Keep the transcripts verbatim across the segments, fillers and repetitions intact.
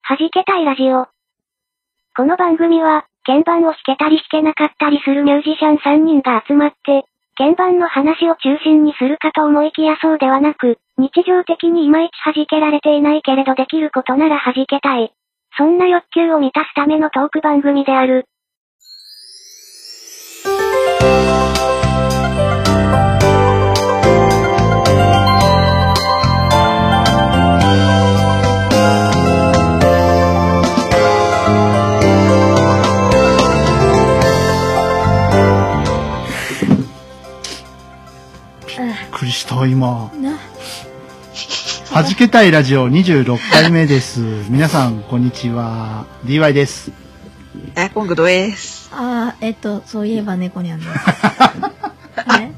弾けたいラジオ。この番組は、鍵盤を弾けたり弾けなかったりするミュージシャンさんにんが集まって、鍵盤の話を中心にするかと思いきやそうではなく、日常的にいまいち弾けられていないけれどできることなら弾けたい。そんな欲求を満たすためのトーク番組である。 びっくりした今。はじけたいラジオにじゅうろっかいめです。皆さんこんにちは。ディーワイ です。 あ、コングドです。 あー、えっとそういえば猫にゃんです。はい、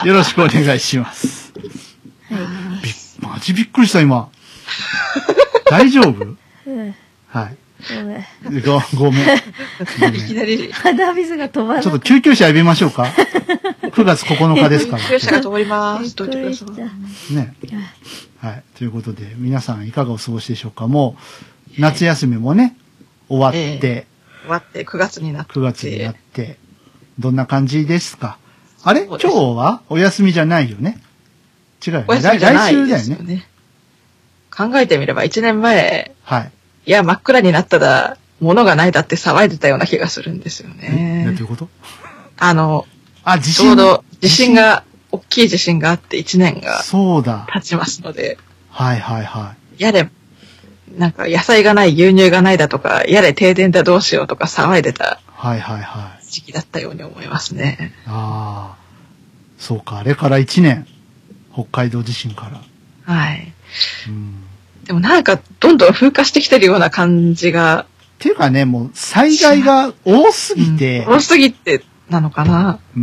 よろしくお願いします。 はい。 びマジびっくりした今。大丈夫？ うん、 はい。 ごご、ごめん。ごめんいきなり。 鼻水が飛ばない。 ちょっと救急車呼びましょうか。くがつここのかですから。 救急車が通ります。どいてください。 ね。はい。ということで、皆さんいかがお過ごしでしょうか。もう、夏休みもね、終わって、 えー、終わってくがつになって。 くがつになって、どんな感じですか。あれ今日そうです。 はお休みじゃないよね。違うよね。 お休みじゃない来週だですよね。 よね。 考えてみればいちねんまえ、 はい。 いや、真っ暗になったら、物がないだって騒いでたような気がするんですよえ、 ね。 どういうこと？ あの、 あ、地震。 ちょうど地震が、大きい地震があっていちねんがそうだ。 経ちますので、 はいはいはい。 やれ、なんか野菜がない、牛乳がないだとか、やれ停電だどうしようとか騒いでたはいはいはい。 時期だったように思いますね。 ああ。そうか、あれからいちねん。北海道地震から。 はい。 うん。 でもなんか、どんどん風化してきてるような感じが。 っていうかね、もう災害が多すぎて。 うん、多すぎてなのかな。 うん。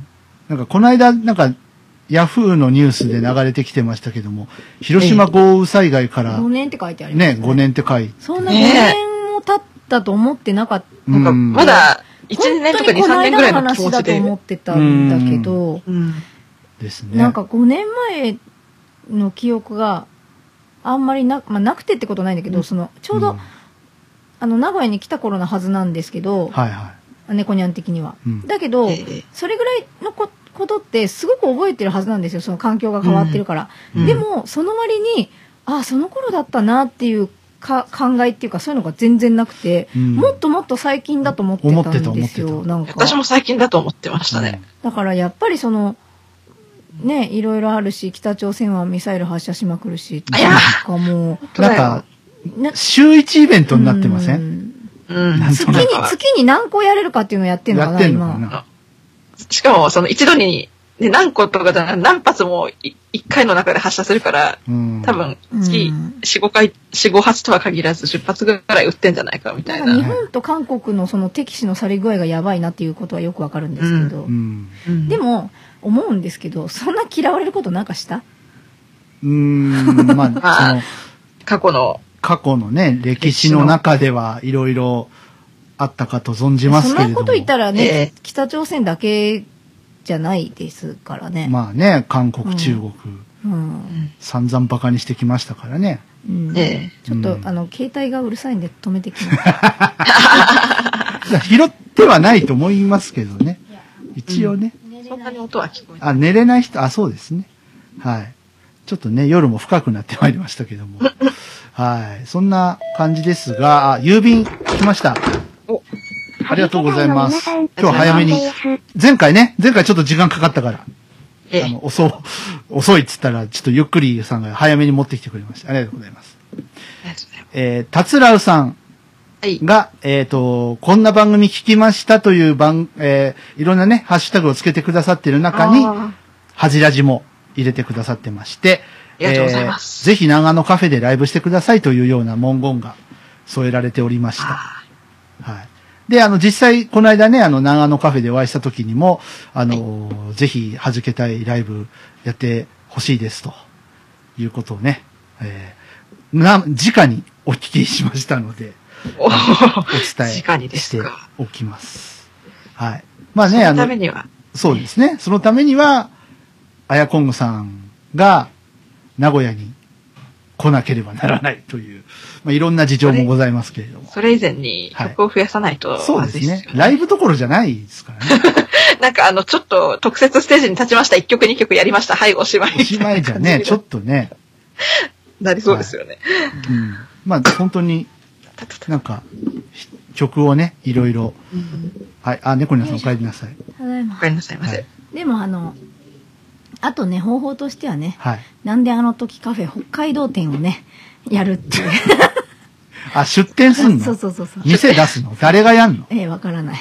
なんかこの間、なんか、ヤフーのニュースで流れてきてましたけども、広島豪雨災害から、 ごねんって書いてありますね。ね、ごねんって書いて。 そんなごねんも経ったと思ってなかった。 なんか、まだ、いちねんとかに、さんねんぐらいの気持ちで。 話だと思ってたんだけど、 うん、 ですね。 なんかごねんまえの記憶があんまりな、まあ、なくてってことないんだけど、うん、その、ちょうど、うん、あの、名古屋に来た頃のはずなんですけど、 はいはい。 猫ニャン的には。うん、だけど、 えー、 それぐらいのこことってすごく覚えてるはずなんですよ。その環境が変わってるから。うん、でも、その割に、ああ、その頃だったなっていうか考えっていうか、そういうのが全然なくて、うん、もっともっと最近だと思ってたんですよ。なんか私も最近だと思ってましたね。 だからやっぱりその、ね、いろいろあるし、北朝鮮はミサイル発射しまくるし、 なんかもう、なんか、週一イベントになってません？ うん。 月に、月に何個やれるかっていうのをやってんのかな、今。 しかも、その一度に、ね、何個とかじゃない、何発も一回の中で発射するから、うん、多分、月四五回、四五発とは限らずじゅっ発ぐらい撃ってんじゃないかみたいな。 なんか日本と韓国のその敵視の去り具合がやばいなっていうことはよくわかるんですけど、 うんうん、 でも、思うんですけど、そんな嫌われることなんかした？ うーん、まあ、その、 過去の、 過去のね、歴史の中ではいろいろあったかと存じますけれども。 そんなこと言ったらね、えー、北朝鮮だけじゃないですからね。 まあね、韓国、うん、中国、 うん、 散々バカにしてきましたからね。 うん、えー、ちょっと、うん、あの、携帯がうるさいんで止めてきます。 拾ってはないと思いますけどね。一応ね。 うん、そんなに音は聞こえない。 あ、寝れない人、あ、そうですね。はい。ちょっとね、夜も深くなってまいりましたけども。はい。そんな感じですが、あ、郵便来ました。 お、 ありがとうございます。今日早めに。前回ね、前回ちょっと時間かかったから。 えあの、遅、遅いっつったら、ちょっとゆっくりさんが早めに持ってきてくれました。ありがとうございます。 ありがとうございます。 えー、たつらうさん。が、はい、えっと、こんな番組聞きましたという番、えー、いろんなね、ハッシュタグをつけてくださっている中に、はじらじも入れてくださってまして、 ありがとうございます。 えー、ぜひ長野カフェでライブしてくださいというような文言が添えられておりました。はい。で、あの、実際、この間ね、あの、長野カフェでお会いした時にも、あの、はい、ぜひ、はじけたいライブやってほしいですということをね、えー、な、直にお聞きしましたので、お伝えしておきます。はい。まあね、あの、 そのためには。 そうですね。そのためには、あやこんぐさんが名古屋に来来なければならないという、まあ、いろんな事情もございますけれども。 それ以前に曲を増やさないと、 はい、そうですね。ライブどころじゃないですからね。 なんかあの、ちょっと特設ステージに立ちました。いっきょくにきょくやりました。はい、おしまい。 おしまいじゃね、ちょっとね。 なりそうですよね。 はい、うん。まあ、本当に、なんか、曲をね、いろいろ。うん、はい。あ、猫にゃさんお帰りなさい。 ただいま。 お帰りなさいませ。はい、 でもあの、あとね、方法としてはね、 はい、 なんであの時カフェ北海道店をね、やるっていう。 あ、出店すんの？ そうそうそうそう。 店出すの？誰がやんの？ ええ、わからない。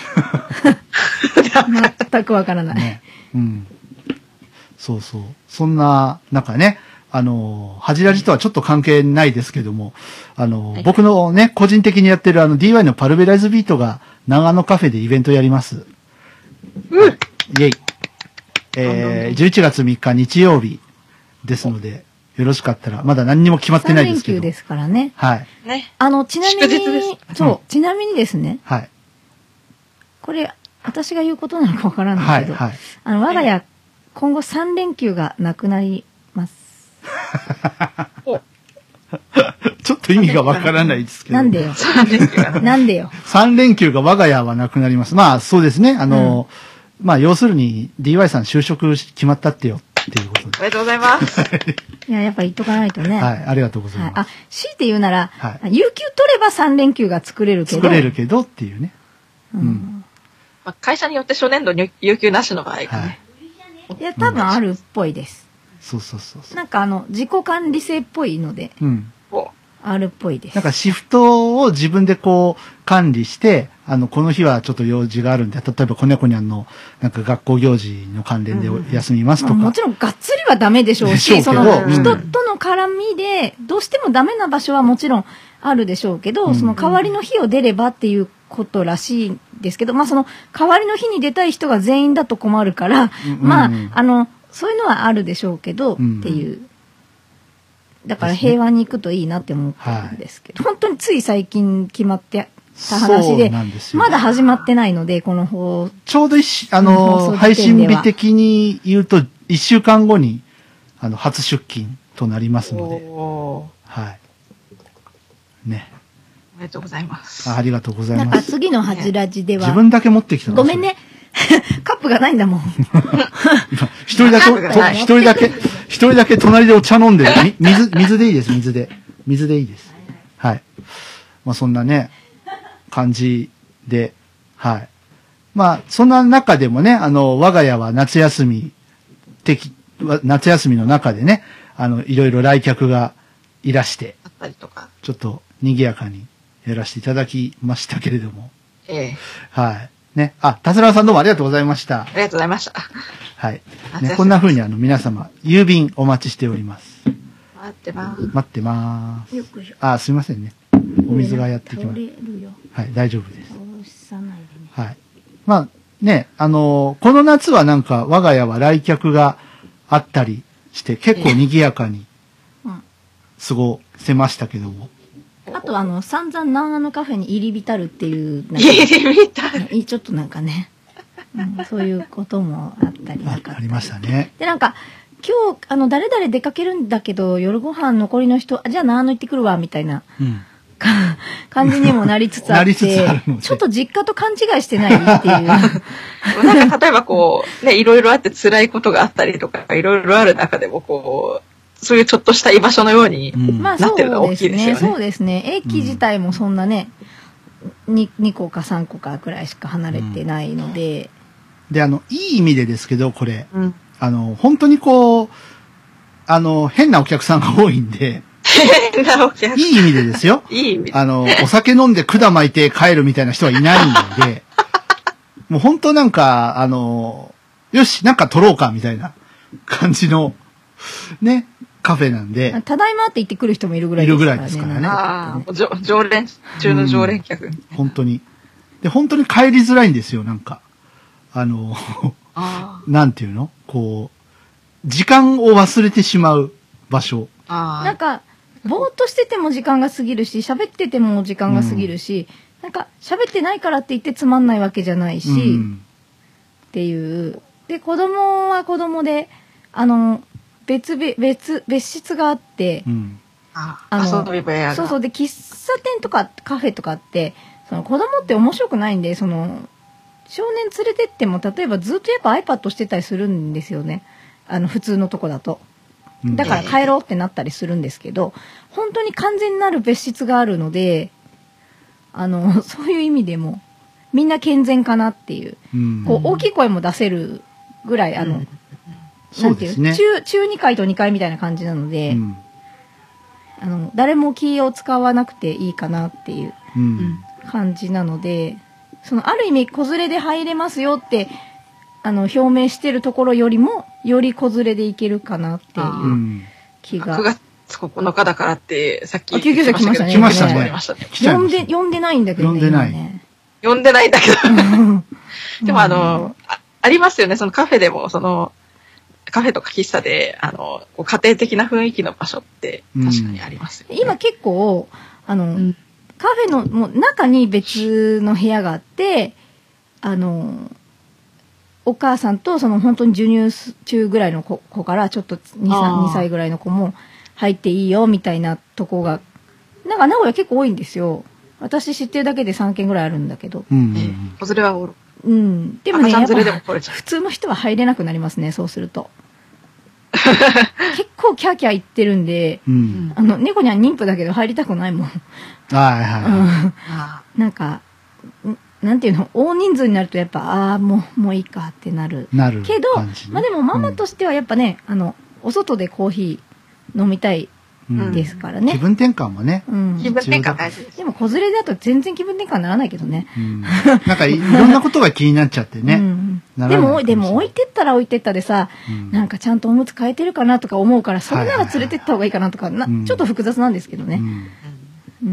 全くわからない、ね。 うん。そうそう。そんな、なんかね、あの、ハジラジとはちょっと関係ないですけども、あの、はい、僕のね、個人的にやってるあの ディーワイ のパルベライズビートが長野カフェでイベントやります。 うん。 イェイ。えー、じゅういちがつみっか日曜日ですので、よろしかったら、まだ何にも決まってないですけど。 さん連休ですからね。 はい。 ね。 あの、ちなみに、そう、うん、ちなみにですね。 はい。 これ、私が言うことなのかわからないけど、はいはい、あの、我が家、今後さん連休がなくなります。 ちょっと意味がわからないですけど。 なんでよ。さん連休がなんでよ。 さん連休が我が家はなくなります。まあ、そうですね。あの、うん、まあ、要するに ディーワイ さん就職決まったってよっていうことで。 おめでとうございます。 いや、やっぱ言っとかないとね。 はい、ありがとうございます。 はい、あ、強いて言うなら、はい、有給取ればさん連休が作れるけど。 作れるけどっていうね。 うん。うんまあ、会社によって初年度に有給なしの場合がね。 はい、いや、多分あるっぽいです。 そうそうそうそう。 なんかあの、自己管理制っぽいので。 うん。 あるっぽいです。 なんかシフトを自分でこう管理して、あの、この日はちょっと用事があるんで、例えば子猫にゃんのなんか学校行事の関連で休みますとか。 うん、もちろんがっつりはダメでしょうし、その人との絡みで、どうしてもダメな場所はもちろんあるでしょうけど、うん、その代わりの日を出ればっていうことらしいんですけど、まあその代わりの日に出たい人が全員だと困るから、うん、まあ、あの、そういうのはあるでしょうけど、うん、っていう。だから平和に行くといいなって思ってるんですけど、はい、本当につい最近決まってた話で、まだ始まってないので、この方。 ちょうど一、あの、配信日的に言うと、一週間後に、あの、初出勤となりますので、はい。ね。 おめでとうございます。 あ、ありがとうございます。 なんか次のハジラジでは。 自分だけ持ってきたの？ ごめんね。カップがないんだもん。 一人だけ、一人だけ、一人だけ隣でお茶飲んでる。水、水でいいです、水で。水でいいです。はい。まあそんなね、感じで、はい。まあそんな中でもね、あの、我が家は夏休み的、夏休みの中でね、あの、いろいろ来客がいらして、 あったりとか。 ちょっと賑やかにやらせていただきましたけれども。 ええ。 はい。ね。あ、達郎さんどうもありがとうございました。 ありがとうございました。 はい。ね、こんな風にあの皆様、郵便お待ちしております。 待ってます。 待ってます。あ、すいませんね。お水がやってきます。はい、大丈夫です。はい。まあ、ね、あのー、この夏はなんか我が家は来客があったりして結構賑やかに過ごせましたけども。 あとあの、散々長野カフェに入り浸るっていう。 入り浸るちょっとなんかね、うん、そういうこともあったりなかったり。 ありましたね。 で、なんか、今日、あの、誰々出かけるんだけど、夜ご飯残りの人、じゃあ長野行ってくるわ、みたいな、うん、感じにもなりつつあって、ちょっと実家と勘違いしてないっていう。 なんか例えばこう、ね、いろいろあって辛いことがあったりとか、いろいろある中でもこう、そういうちょっとした居場所のようになってるのは大きいですよね。 まあそうですね。駅自体もそんなね、うん、に, にこかさんこかくらいしか離れてないので。 うん、で、あの、いい意味でですけど、これ、 うん、 あの、本当にこう、あの、変なお客さんが多いんで、 変なお客さん。 いい意味でですよ。 いい意味で。 あの、お酒飲んで管巻いて帰るみたいな人はいないんで、もう本当なんか、あの、よし、なんか撮ろうか、みたいな感じの、ね、カフェなんで。 ただいまって言ってくる人もいるぐらいですからね。いるぐらいですからね。 ああ、常連中の常連客、うん。 本当に。で、本当に帰りづらいんですよ、なんか。あの、 あなんていうのこう、時間を忘れてしまう場所。 あなんか、ぼーっとしてても時間が過ぎるし、喋ってても時間が過ぎるし、うん、なんか、喋ってないからって言ってつまんないわけじゃないし、うん、っていう。で、子供は子供で、あの、別々、別、別室があって、 うん、 ああの遊び部屋が。 そうそう。で、喫茶店とかカフェとかって、その子供って面白くないんで、その、少年連れてっても、例えばずっとやっぱ iPad してたりするんですよね。あの、普通のとこだと。だから帰ろうってなったりするんですけど、本当に完全なる別室があるので、あの、そういう意味でも、みんな健全かなっていう。うん、こう、大きい声も出せるぐらい、あの、うん、なんていう、ね、中、中にかいとにかいみたいな感じなので、うん、あの、誰も気を使わなくていいかなっていう感じなので、その、ある意味、子連れで入れますよって、あの、表明してるところよりも、より子連れでいけるかなっていう気が。 くがつここのかだからって、さっき救急車来ましたね。 来ましたね。 呼んで、呼んでないんだけどね。 呼んでない。 呼んでないんだけど。でもあの、あ、ありますよね。そのカフェでも、その、カフェとか喫茶で、あの、家庭的な雰囲気の場所って確かにありますよね。 今結構、あの、うん、カフェのもう中に別の部屋があって、あの、お母さんとその本当に授乳中ぐらいの 子, 子からちょっと に, にさいぐらいの子も入っていいよみたいなとこが、なんか名古屋結構多いんですよ。私知ってるだけでさんけんぐらいあるんだけど。 うんうん。子連れはおる。 うん。でもね、 赤ちゃん連れでも来れちゃう。 普通の人は入れなくなりますね、そうすると。結構キャーキャー言ってるんで、うん、あの、猫には妊婦だけど入りたくないもん。 はいはい。 なんか、なんていうの、大人数になるとやっぱ、ああ、もう、もういいかってなる。 なる。 けど、ね、まあでもママとしてはやっぱね、うん、あの、お外でコーヒー飲みたいですからね。 うん、気分転換もね。 うん、気分転換大事です。 でも子連れだと全然気分転換にならないけどね。 うん、なんかいろんなことが気になっちゃってね。うん、 でも、でも置いてったら置いてったでさ、うん、なんかちゃんとおむつ変えてるかなとか思うから、それなら連れてった方がいいかなとか、なちょっと複雑なんですけどね。うん。うん、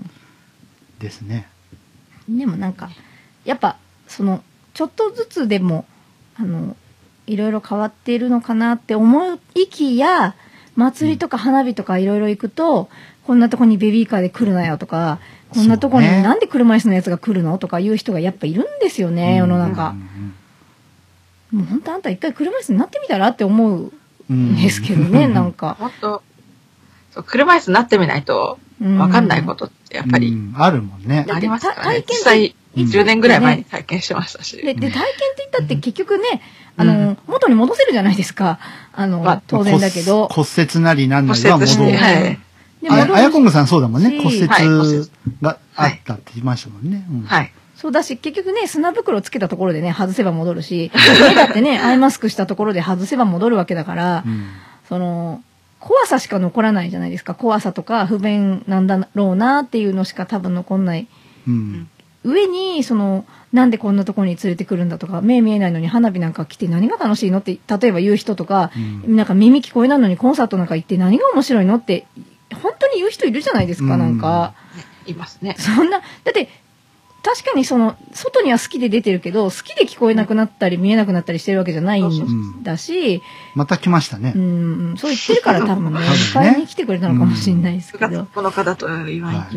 ですね。 でもなんか、やっぱ、その、ちょっとずつでも、あの、いろいろ変わっているのかなって思いきや、祭りとか花火とかいろいろ行くと、こんなとこにベビーカーで来るなよとか、こんなとこになんで車椅子のやつが来るのとかいう人がやっぱいるんですよね、世の中。もう本当あんた一回車椅子になってみたらって思うんですけどね、なんか。 本当そう、車椅子になってみないと、わかんないことってやっぱり、 あるもんね。 ありますからね。実際、じゅうねんぐらい前に体験してましたし。 で、で体験って言ったって結局ね、あの、元に戻せるじゃないですか。あの、当然だけど。 骨折なりなんなりは戻る。はい。あやこんぐさんそうだもんね。骨折があったって言いましたもんね。 はい。 そうだし、結局ね、砂袋つけたところでね、外せば戻るし、目だってね、アイマスクしたところで外せば戻るわけだから、その、怖さしか残らないじゃないですか。怖さとか不便なんだろうなっていうのしか多分残んない。上に、その、なんでこんなところに連れてくるんだとか、目見えないのに花火なんか来て何が楽しいのって、例えば言う人とか、うん、なんか耳聞こえないのにコンサートなんか行って何が面白いのって、本当に言う人いるじゃないですか、うん、なんか。 いますね。 そんな、だって、確かにその、外には好きで出てるけど、好きで聞こえなくなったり見えなくなったりしてるわけじゃないんだし、 また来ましたね。 うん、そう言ってるから多分ね、迎えに来てくれたのかもしれないですけど。 この方と言わない。 うん。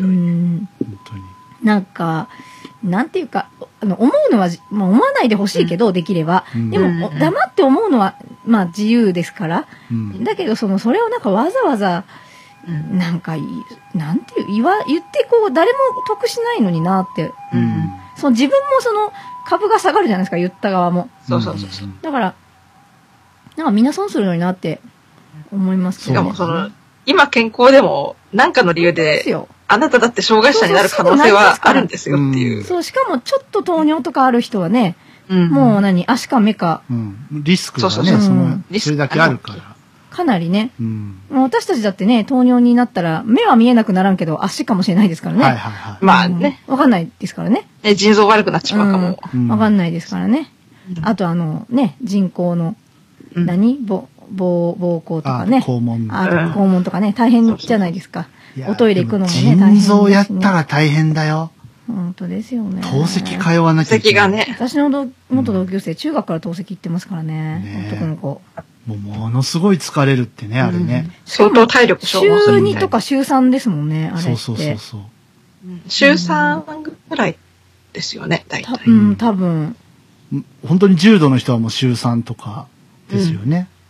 本当に。なんか、なんていうか、あの、思うのは、まあ、思わないでほしいけど、うん、できれば。うん、でも、黙って思うのは、まあ、自由ですから。うん、だけど、その、それをなんかわざわざ、うん、なんか、なんていう、言わ、言ってこう、誰も得しないのになって。うん、その自分もその、株が下がるじゃないですか、言った側も。 そうそうそうそう。 だから、なんかみんな損するのになって思いますけど、ね。しかも、その、今健康でも、なんかの理由で、ですよ。あなただって障害者になる可能性はあるんですよっていう。 そう、しかもちょっと糖尿とかある人はね、うん、もう何、足か目か。 うん、リスクがね、そうそうそうその、それだけあるから。 かなりね、うん。私たちだってね、糖尿になったら、目は見えなくならんけど、足かもしれないですからね。 はいはいはい。 まあね。 わ、うん、かんないですからね。 ね、腎臓悪くなっちまうかも。わ、 うん、かんないですからね。うん、あとあの、ね、人工の、うん、何ぼ、ぼ、膀胱とかね。 肛門。 あ、肛門とかね、大変じゃないですか。おトイレ行くのもね、大変ですね。腎臓やったら大変だよ。 本当ですよね。 透析通わなきゃいけない。 透析がね。 私の元同級生、中学から透析行ってますからね。ね、男の子。 もうものすごい疲れるってね、あれね。 うん、相当体力消耗する。 週にとか週さんですもんね、あれって。 そうそうそうそう。 週さんぐらいですよね、大体。 うん、多分。 本当に重度の人はもう週さんとかですよね。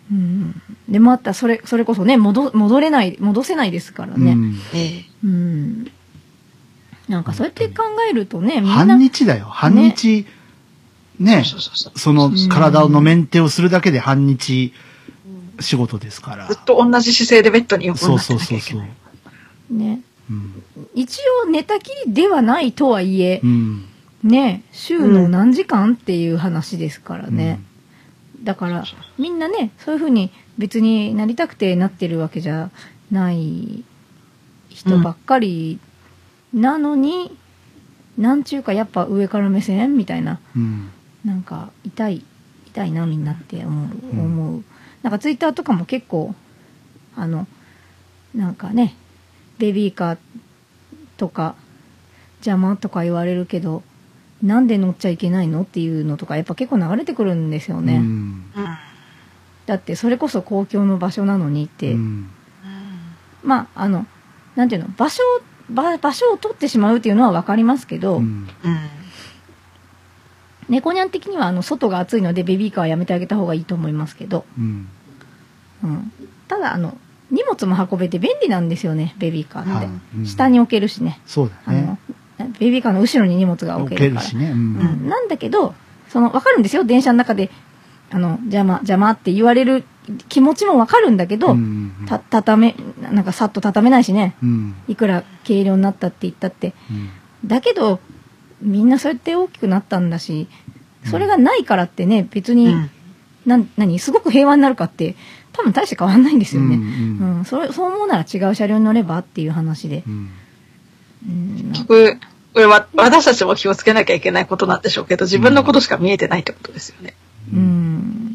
うん。で、また、それ、それこそね、戻、戻れない、戻せないですからね。うん。 ええ。 うん。なんかそうやって考えるとね、みんな。 半日だよ。半日、ね。ね、その体のメンテをするだけで半日仕事ですから。 ずっと同じ姿勢でベッドに横になってなきゃいけない。 そうそうそうそう。ね。うん、一応寝たきりではないとはいえ、うん、ね、週の何時間っていう話ですからね。うん、だから、みんなね、そういうふうに別になりたくてなってるわけじゃない人ばっかりなのに、うん、なんちゅうかやっぱ上から目線みたいな、うん、なんか痛い、痛いなみんなって思う。うん、思う。なんかツイッターとかも結構、あの、なんかね、ベビーカーとか邪魔とか言われるけどなんで乗っちゃいけないのっていうのとかやっぱ結構流れてくるんですよね、うん、だってそれこそ公共の場所なのにって、うん、まああのなんていうの場所場場所を取ってしまうっていうのは分かりますけど、うん、猫ニャン的にはあの外が暑いのでベビーカーはやめてあげた方がいいと思いますけど、うんうん、ただあの荷物も運べて便利なんですよねベビーカーって、はいうん、下に置けるしねそうだねあのベビーカーの後ろに荷物が置けるから置けるしね、うんうん、 なんだけどその分かるんですよ電車の中であの邪魔邪魔って言われる気持ちも分かるんだけど、うんうん、た畳めなんかさっと畳めないしね、うん、いくら軽量になったって言ったって、うん、だけどみんなそうやって大きくなったんだしそれがないからってね別に、うん、な何すごく平和になるかって多分大して変わんないんですよね、うんうんうん、そ, そう思うなら違う車両に乗ればっていう話で、うんうん、結局これは私たちも気をつけなきゃいけないことなんでしょうけど自分のことしか見えてないってことですよね、 うんうん、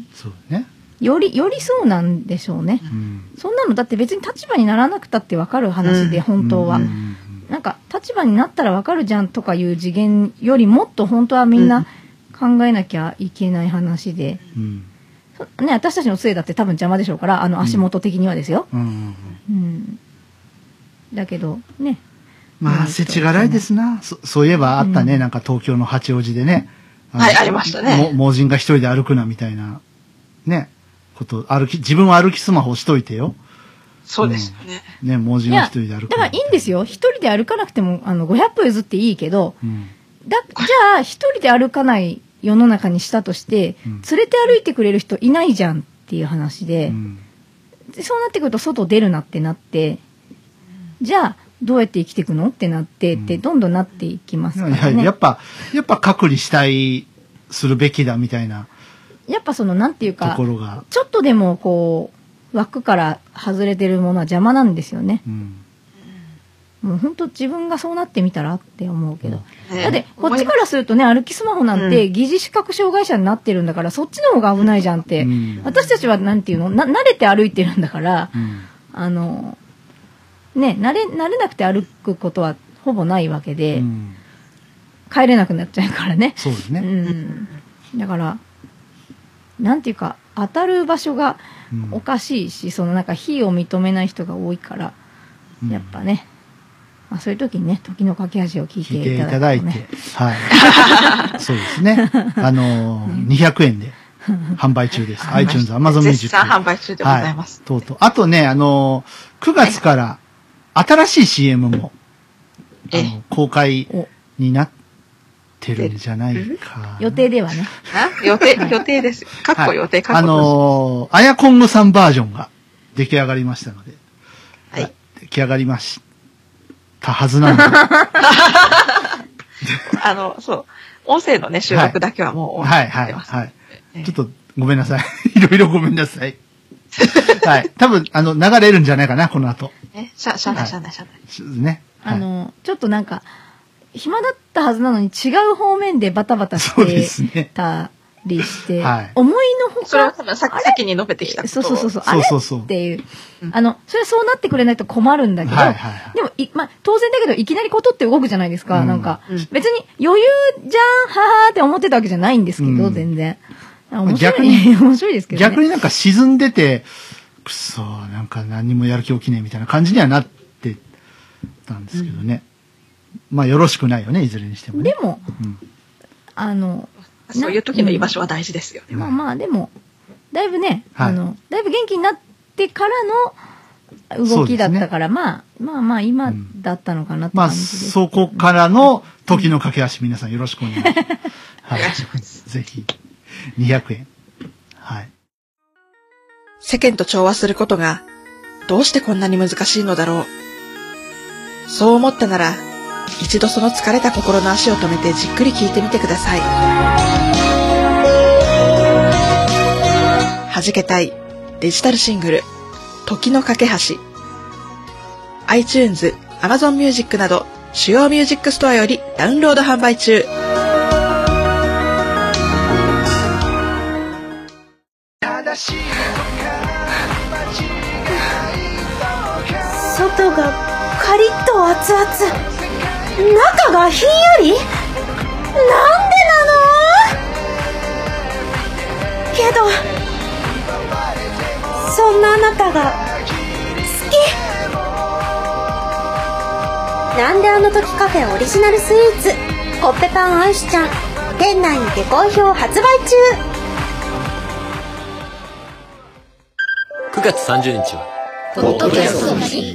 そうねよりよりそうなんでしょうね、うん、そんなのだって別に立場にならなくたって分かる話で、うん、本当は、うん、なんか立場になったら分かるじゃんとかいう次元よりもっと本当はみんな考えなきゃいけない話で、うんね、私たちの杖だって多分邪魔でしょうからあの足元的にはですよ、うんうんうん、だけどねまあ世知辛いですな そ, そういえばあったね、うん、なんか東京の八王子でねはいありましたね盲人が一人で歩くなみたいなねこと歩き自分は歩きスマホしといてよそうですよね、 うん、ね盲人が一人で歩くだからいいんですよ一人で歩かなくてもあのごひゃっぷ譲っていいけど、うん、だじゃあ一人で歩かない世の中にしたとして、うん、連れて歩いてくれる人いないじゃんっていう話で、うん、でそうなってくると外出るなってなってじゃあどうやって生きていくのってなって、うん、ってどんどんなっていきますからね。 いややっぱやっぱ隔離したいするべきだみたいなやっぱそのなんていうかところがちょっとでもこう枠から外れてるものは邪魔なんですよね。うんもう本当自分がそうなってみたらって思うけど、うん、だってこっちからするとね歩きスマホなんて疑似視覚障害者になってるんだから、うん、そっちの方が危ないじゃんって、うん、私たちはなんていうのな慣れて歩いてるんだから、うん、あのね慣れ慣れなくて歩くことはほぼないわけで、うん、帰れなくなっちゃうからねそうですね、うん、 だからなんていうか当たる場所がおかしいし、うん、そのなんか非を認めない人が多いからやっぱね、まあ、そういう時にね、時の架け橋を聞いていただいて、ね。いていただいて。 はい。そうですね。あのー、にひゃくえんで販売中です。iTunes、Amazon Music。 絶賛販売中でございます。 はい、とうとう。あとね、あのー、くがつから新しい シーエム も、あの公開になってるんじゃないか。 予定ではね。 あ予定、予定です。かっこ予定、かっこあのー、あやこんぐさんバージョンが出来上がりましたので。 はい。 出来上がりました。たはずなんで。 あの、そう。音声のね、収録だけはもう終わってます。 はい、はい、はい。ちょっと、ごめんなさい。いろいろごめんなさい。はい。多分、あの、流れるんじゃないかな、この後。 え、しゃ、しゃない、しゃない、しゃない。 ね。 あの、ちょっとなんか、暇だったはずなのに違う方面でバタバタしてたりして、はい、思いのほか。 それは多分さっきに述べてきたこと。 そうそうそうそう。あれそうそうそうっていう。あの、それはそうなってくれないと困るんだけど、はいはいはい、でもい、まあ、当然だけど、いきなりことって動くじゃないですか、うん、なんか、うん、別に余裕じゃん、はーって思ってたわけじゃないんですけど、うん、全然。面白い、逆に、面白いですけどね。 逆になんか沈んでて、くそー、なんか何もやる気起きねえみたいな感じにはなってたんですけどね。うん、まあ、よろしくないよね、いずれにしてもね。 でも、うん、あの、 そういう時の居場所は大事ですよね。 まあまあ、でも、 だいぶね、 はいあの、だいぶ元気になってからの動きだったから、まあ、まあまあ今だったのかなってまあ、 感じです。 そこからの時の駆け足、皆さんよろしくお願いします。はお願いします。 ぜひ、にひゃくえん。はい。 世間と調和することが、どうしてこんなに難しいのだろう。そう思ったなら、一度その疲れた心の足を止めてじっくり聞いてみてください。弾けたいデジタルシングル、時の架け橋。iTunes、Amazon Music など主要ミュージックストアよりダウンロード販売中。 外がカリッと熱々、中がひんやり、なんでなの？けどそんなあなたが好き。なんであの時カフェオリジナルスイーツコッペパンアイスちゃん、店内にて好評発売中。 くがつさんじゅうにちはポッドキャストの日。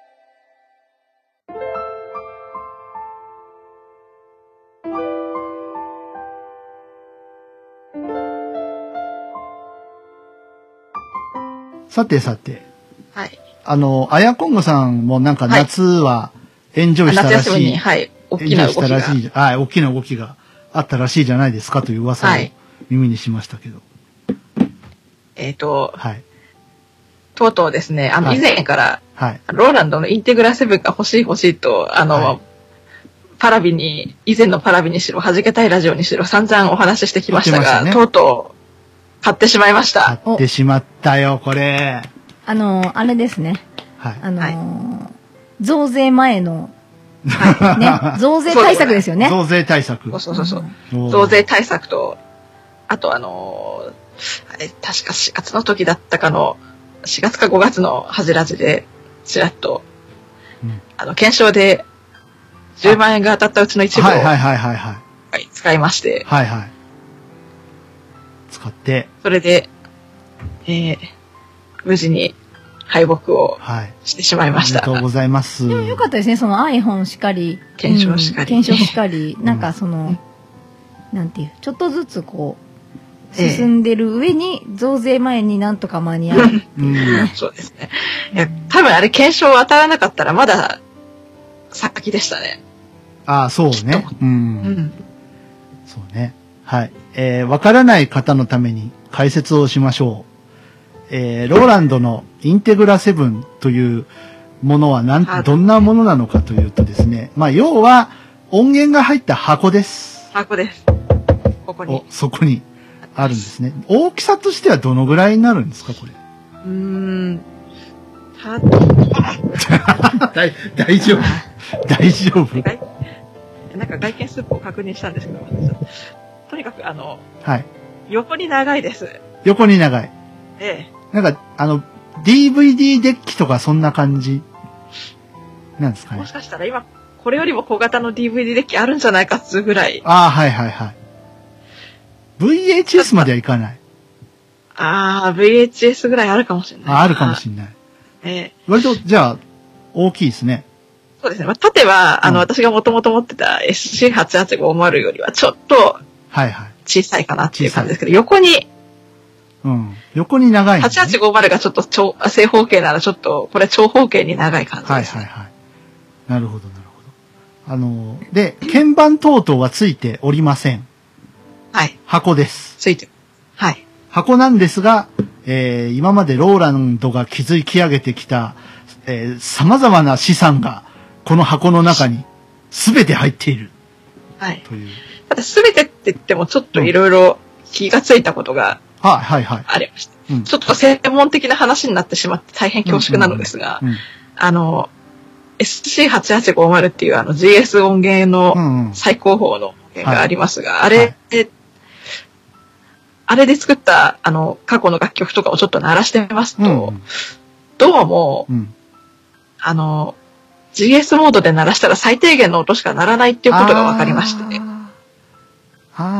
さてさて、 はい。 あの、あやこんごさんもなんか夏はエンジョイしたらしい。 夏休みに、はい。大きな動きが。 エンジョイしたらしい。はい、大きな動きがあったらしいじゃないですかという噂をはい耳にしましたけど。 えっと、 はい。 とうとうですね、あの、 はい以前から、 はい。 ローランドのインテグラセブンが欲しい欲しいと、あの、 はいパラビに、以前のパラビにしろ、弾けたいラジオにしろ、散々お話ししてきましたが、 言ってましたねとうとう、買ってしまいました。 買ってしまったよ、これ。 あの、あれですね。 はい。 あの、 は増税前の、ね、増税対策ですよね。 増税対策。 そうそうそうそう。 おー増税対策と、あとあのーあれ、確かしがつの時だったかの、しがつかごがつのハジラジで、ちらっと、 うんあの、検証で、じゅうまんえんが当たったうちの一部を、 はいはいはいはいはい。 はい使いまして、 はいはい。使って、 それで、えー、無事に敗北をはい。 してしまいました。 ありがとうございます。 でもよかったですね、その iPhone しかり、 検証しかりうん検証しかり、なんかその、なんていう、ちょっとずつこう、 ええ進んでる上に、増税前になんとか間に合う。 うん。 そうですね。いや、多分あれ検証当たらなかったらまだ先でしたね。 ああ、そうね。う。 うんん。 そうね。はい。えー、わからない方のために解説をしましょう。えー、ローランドのインテグラセブンというものはなんはいどんなものなのかというとですね、まあ、要は音源が入った箱です。 箱です。ここおに。、 そこにあるんですね。大きさとしてはどのぐらいになるんですか、これ。 うーん。た、 大大丈夫大丈夫外なんか外見スープを確認したんですけど、とにかくあの、 はい。 横に長いです。 横に長い。 ええ。 なんか、あの、ディーブイディー デッキとかそんな感じなんですかねもし。かしたら今、これよりも小型の ディーブイディー デッキあるんじゃないかっつうぐらい。 ああ、はいはいはい。ブイエイチエス まではいかない。 ああ、ブイエイチエス ぐらいあるかもしれない。 ああるかもしれない。 れない。ええ。 割と、じゃあ、大きいですね。 そうですね。まあ、縦は、あの、 うん私がもともと持ってた エスシーはちはちごまる よりはちょっとはいはい。 小さいかなっていう感じですけど、横に、 うん。横に長いんですね。 はちはちごまるがちょっと長正方形ならちょっと、これ長方形に長い感じはいです、 はいはい。なるほどなるほど。あの、で、鍵盤等々はついておりません。 はい。 箱です。 ついてる。はい。 箱なんですが、えー、今までローランドが築き上げてきた、えー、様々な資産が、この箱の中に全て入っている。 はい。 という。 ただ、すべてって言ってもちょっといろいろ気がついたことがはいはいはい。 ありました。 うん。 ちょっと専門的な話になってしまって大変恐縮なのですが、 うん。 あの、エスシーはちはちごまる っていうあの ジーエス 音源うのんうん。 最高峰の音源がありますが、あはれい、 あれで作ったあの過去の楽曲とかをちょっと鳴らしてみますと、 うんどうも、 うん。 あの、ジーエス モードで鳴らしたら最低限の音しか鳴らないっていうことが分かりまして、 あーあー、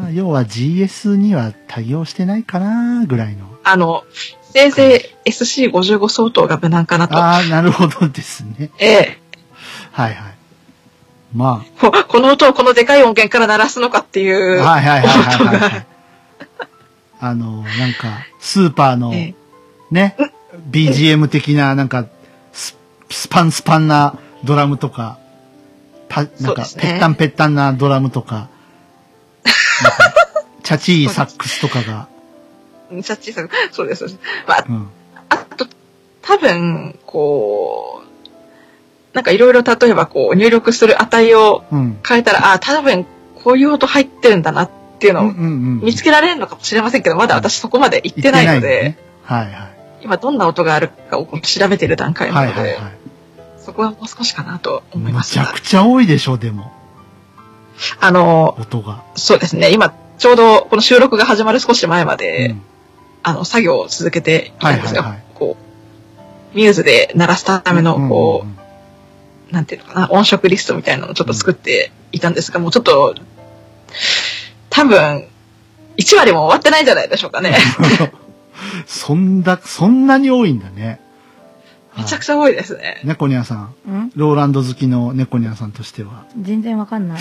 あ、要は ジーエス には対応してないかなぐらいの。 あの、せいぜい エスシーごじゅうご 相当が無難かなと。 ああ、なるほどですね。 ええ。 はいはい。まここの音をこのでかい音源から鳴らすのかっていう。 あ。はいはいはいはいはい、はい。あの、なんか、スーパーの、ね、ええ、ビージーエム 的な、なんかス、スパンスパンなドラムとか、パなんか、ぺったんぺったんなドラムとか、なんかチャチーサックスとかが。 チャチーサックス、そうです、そうです。まあ、うん、あと、多分、こう、なんかいろいろ例えばこう入力する値を変えたら、うん、ああ、多分こういう音入ってるんだなっていうのを見つけられるのかもしれませんけど、まだ私そこまで行ってないので、ね、はいはい、今どんな音があるかを調べてる段階なので、はいはいはい、そこはもう少しかなと思います。 めちゃくちゃ多いでしょ、でも。 あの、 音が。 そうですね、今ちょうどこの収録が始まる少し前まで、うん、あの、作業を続けていたんですよ。はいはいはい、こう、ミューズで鳴らすための、こう、うんうんうん、なんていうのかな、音色リストみたいなのをちょっと作っていたんですが、うん、もうちょっと、多分、いち割も終わってないんじゃないでしょうかね。 そんな、そんなに多いんだね。 めちゃくちゃ多いですね。 猫ニャさん。んローランド好きの猫ニャさんとしては。 全然わかんない。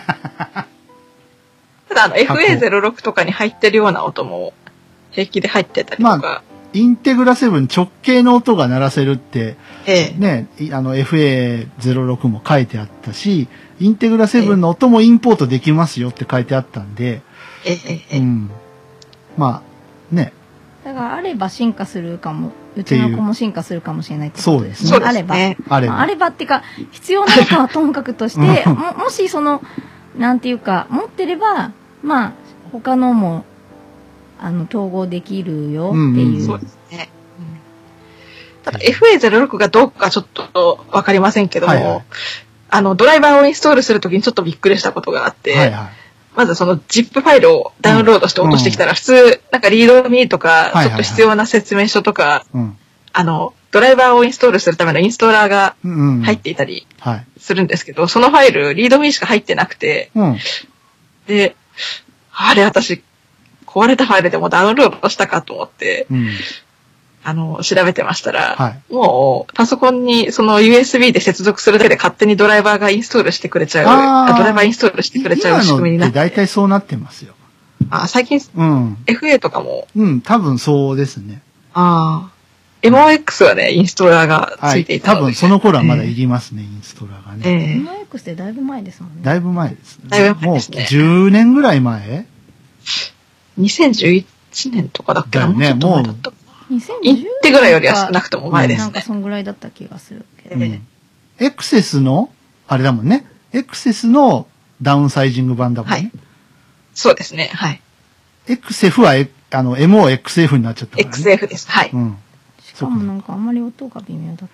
ただ、あの、エフエーゼロろく とかに入ってるような音も平気で入ってたりとか。まあインテグラセブン直径の音が鳴らせるって、ええ、ね、あの エフエーゼロろく も書いてあったし、インテグラセブンの音もインポートできますよって書いてあったんで、ええ、うん。まあ、ね。 だからあれば進化するかも、うちの子も進化するかもしれないってことですね。そうですね。あれば。あれば。まあ、あればっていうか、必要なのかはともかくとして、も、もしその、なんていうか、持ってれば、まあ、他のも、あの、統合できるよっていう。うんうん、そうですね。 うん、ただ エフエーゼロろく がどうかちょっとわかりませんけども、はいはい、あの、ドライバーをインストールするときにちょっとびっくりしたことがあって、はいはい、まずその ジップ ファイルをダウンロードして落としてきたら、普通、なんかリードミーとか、ちょっと必要な説明書とか、はいはいはい、あの、ドライバーをインストールするためのインストーラーが入っていたりするんですけど、そのファイル、リードミーしか入ってなくて、うん、で、あれ私、壊れたファイルでもダウンロードしたかと思って、うん、あの、調べてましたら、はい、もう、パソコンにその ユーエスビー で接続するだけで勝手にドライバーがインストールしてくれちゃう、あドライバーインストールしてくれちゃう仕組みになって。 大体そうなってますよ。 あ、最近、うん、エフエー とかも。 うん、多分そうですね。 ああ。エムオーエックス はね、インストーラーがついていたので、 はい、多分その頃はまだいりますね、えー、インストーラーがね。 えー、エムオーエックス ってだいぶ前ですもんね。 だいぶ前ですね。 だいぶ前ですね。 もうじゅうねんぐらい前 ? にせんじゅういちねんとかだっけな、 ね、 もうちょっと前だった。インテぐらいよりは少なくとも前ですね。 なんかそんぐらいだった気がするけど。 うん、エクセスの、あれだもんね。エクセスのダウンサイジング版だもんね。はい、 そうですね、はい。 エクセフは、あの、エムオーエックスエフ になっちゃったから、ね。 エックスエフ です。はい。うん。 しかもなんかあんまり音が微妙だった。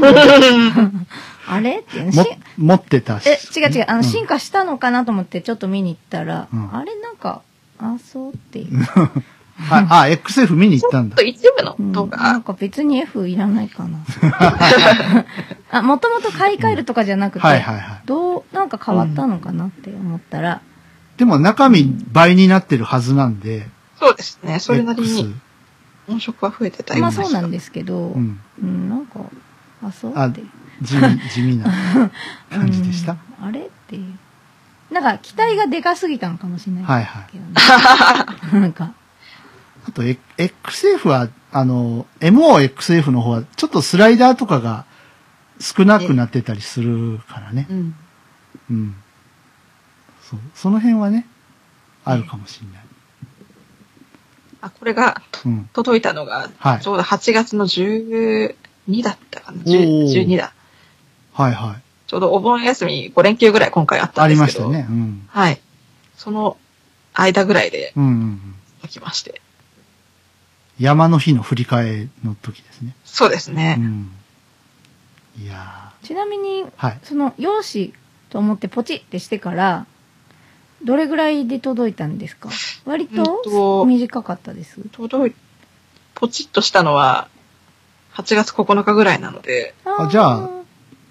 あれっても持ってたし。 え、違う違う。あの、うん、進化したのかなと思ってちょっと見に行ったら、うん、あれなんか、あ、そうっていう。 あ、あ、エックスエフ 見に行ったんだ。 ちょっと一部の音が、 うん。なんか別に F いらないかな。あ、もともと買い替えるとかじゃなくて、はいはいはい、どう、なんか変わったのかなって思ったら。 でも中身倍になってるはずなんで。 そうですね。それなりに音色は増えてたりまあそうなんですけど、うん、うん、なんか、あ、そうって。 地味、地味な感じでした、 うん、あれっていう。なんか期待がでかすぎたのかもしれないですけどね。はいはい。なんか。 あと、エックスエフ は、あの、エムオーエックスエフ の方は、ちょっとスライダーとかが少なくなってたりするからね。うん。うん。そう。その辺はね、あるかもしれない。 あ、これが、うん、届いたのが、はい、ちょうどはちがつのじゅうにだったかな。じゅう、じゅうにだ。 はいはい。 ちょうどお盆休みご連休ぐらい今回あったんですけど。 ありましたね。うん。 はい。その間ぐらいで、うんうんうん。来まして。 山の日の振り替えの時ですね。 そうですね。うん、いやちなみに、はい、その、用紙と思ってポチってしてから、どれぐらいで届いたんですか？割と短かったです。 届い、ポチッとしたのは、はちがつここのかぐらいなので。 あ、じゃあ、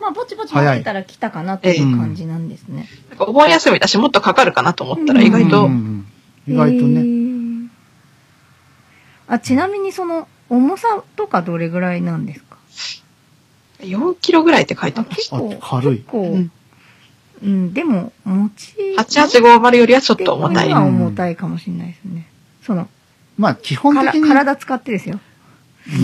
まあ、ぼちぼち待ってたら来たかなっていう感じなんですね。 なんかお盆休みだし、もっとかかるかなと思ったら意外と。 うんうん、意外とね、えー。 あ、ちなみにその、重さとかどれぐらいなんですか？ よんキロぐらいって書いてました。 結構軽い。 結構、うん、うん、でも、持ち。 はちはちごまるよりはちょっと重たい。 今は重たいかもしれないですね。その、 まあ、基本的に。 体使ってですよ。 うん。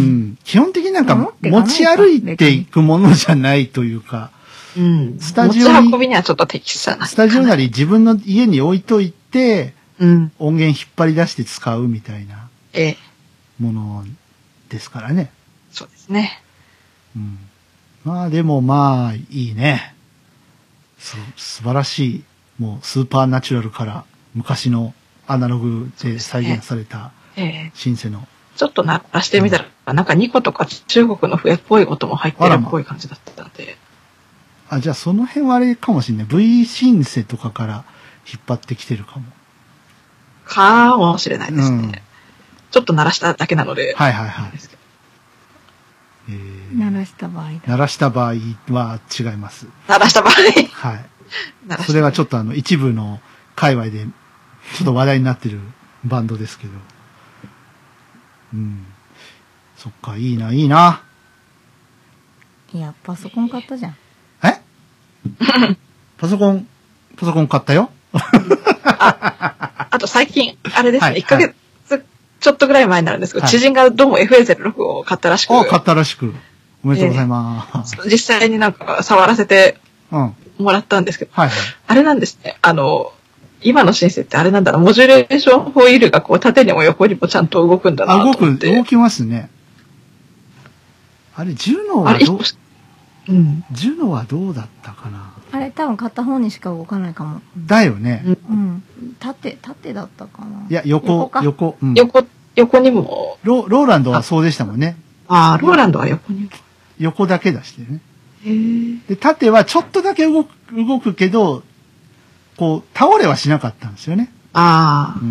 基本的になんか、持ち歩いていくものじゃないというか、 うん。 スタジオに。 持ち運びにはちょっと適さない。 スタジオなり自分の家に置いといて、 うん。 音源引っ張り出して使うみたいな。 ええ。 ものですからね。 そうですね。 うん。まあでもまあ、いいね。す、素晴らしい。もうスーパーナチュラルから昔のアナログで再現されたシンセの。 ちょっと鳴らしてみたら、うん、なんかニコとか中国の笛っぽい音も入ってるっぽい感じだったので。 あ、あ、じゃあその辺はあれかもしれない。V シンセとかから引っ張ってきてるかも。 かもしれないですね。うん、ちょっと鳴らしただけなので。 はいはいはい。 えー、鳴らした場合だ。 鳴らした場合は違います。 鳴らした場合はい。それはちょっとあの一部の界隈でちょっと話題になってるバンドですけど。うん。そっか、いいな、いいな。 いや、パソコン買ったじゃん。 えパソコン、パソコン買ったよ。 あ, あと最近、あれですね、はい、いっかげつ、はい、ちょっとぐらい前になるんですけど、はい、知人がどうも エフエーゼロろく を買ったらしく。 あ、買ったらしく。おめでとうございます。 えー、実際になんか触らせてもらったんですけど、うんはいはい、あれなんですね、あの、今のシンセってあれなんだろう、モジュレーションホイールがこう縦にも横にもちゃんと動くんだなと思って。 あ、動く、動きますね。あれ、ジュノはどう、うん、ジュノはどうだったかな。 あれ、多分片方にしか動かないかも。 だよね。 うん。縦、縦だったかな。 いや、横、横、横、 うん、横、横にもロ。ローランドはそうでしたもんね。 ああ、ローランドは横にも。 横だけ出してね。 へー。 で、縦はちょっとだけ動く、動くけど、こう、倒れはしなかったんですよね。 ああ。 うん。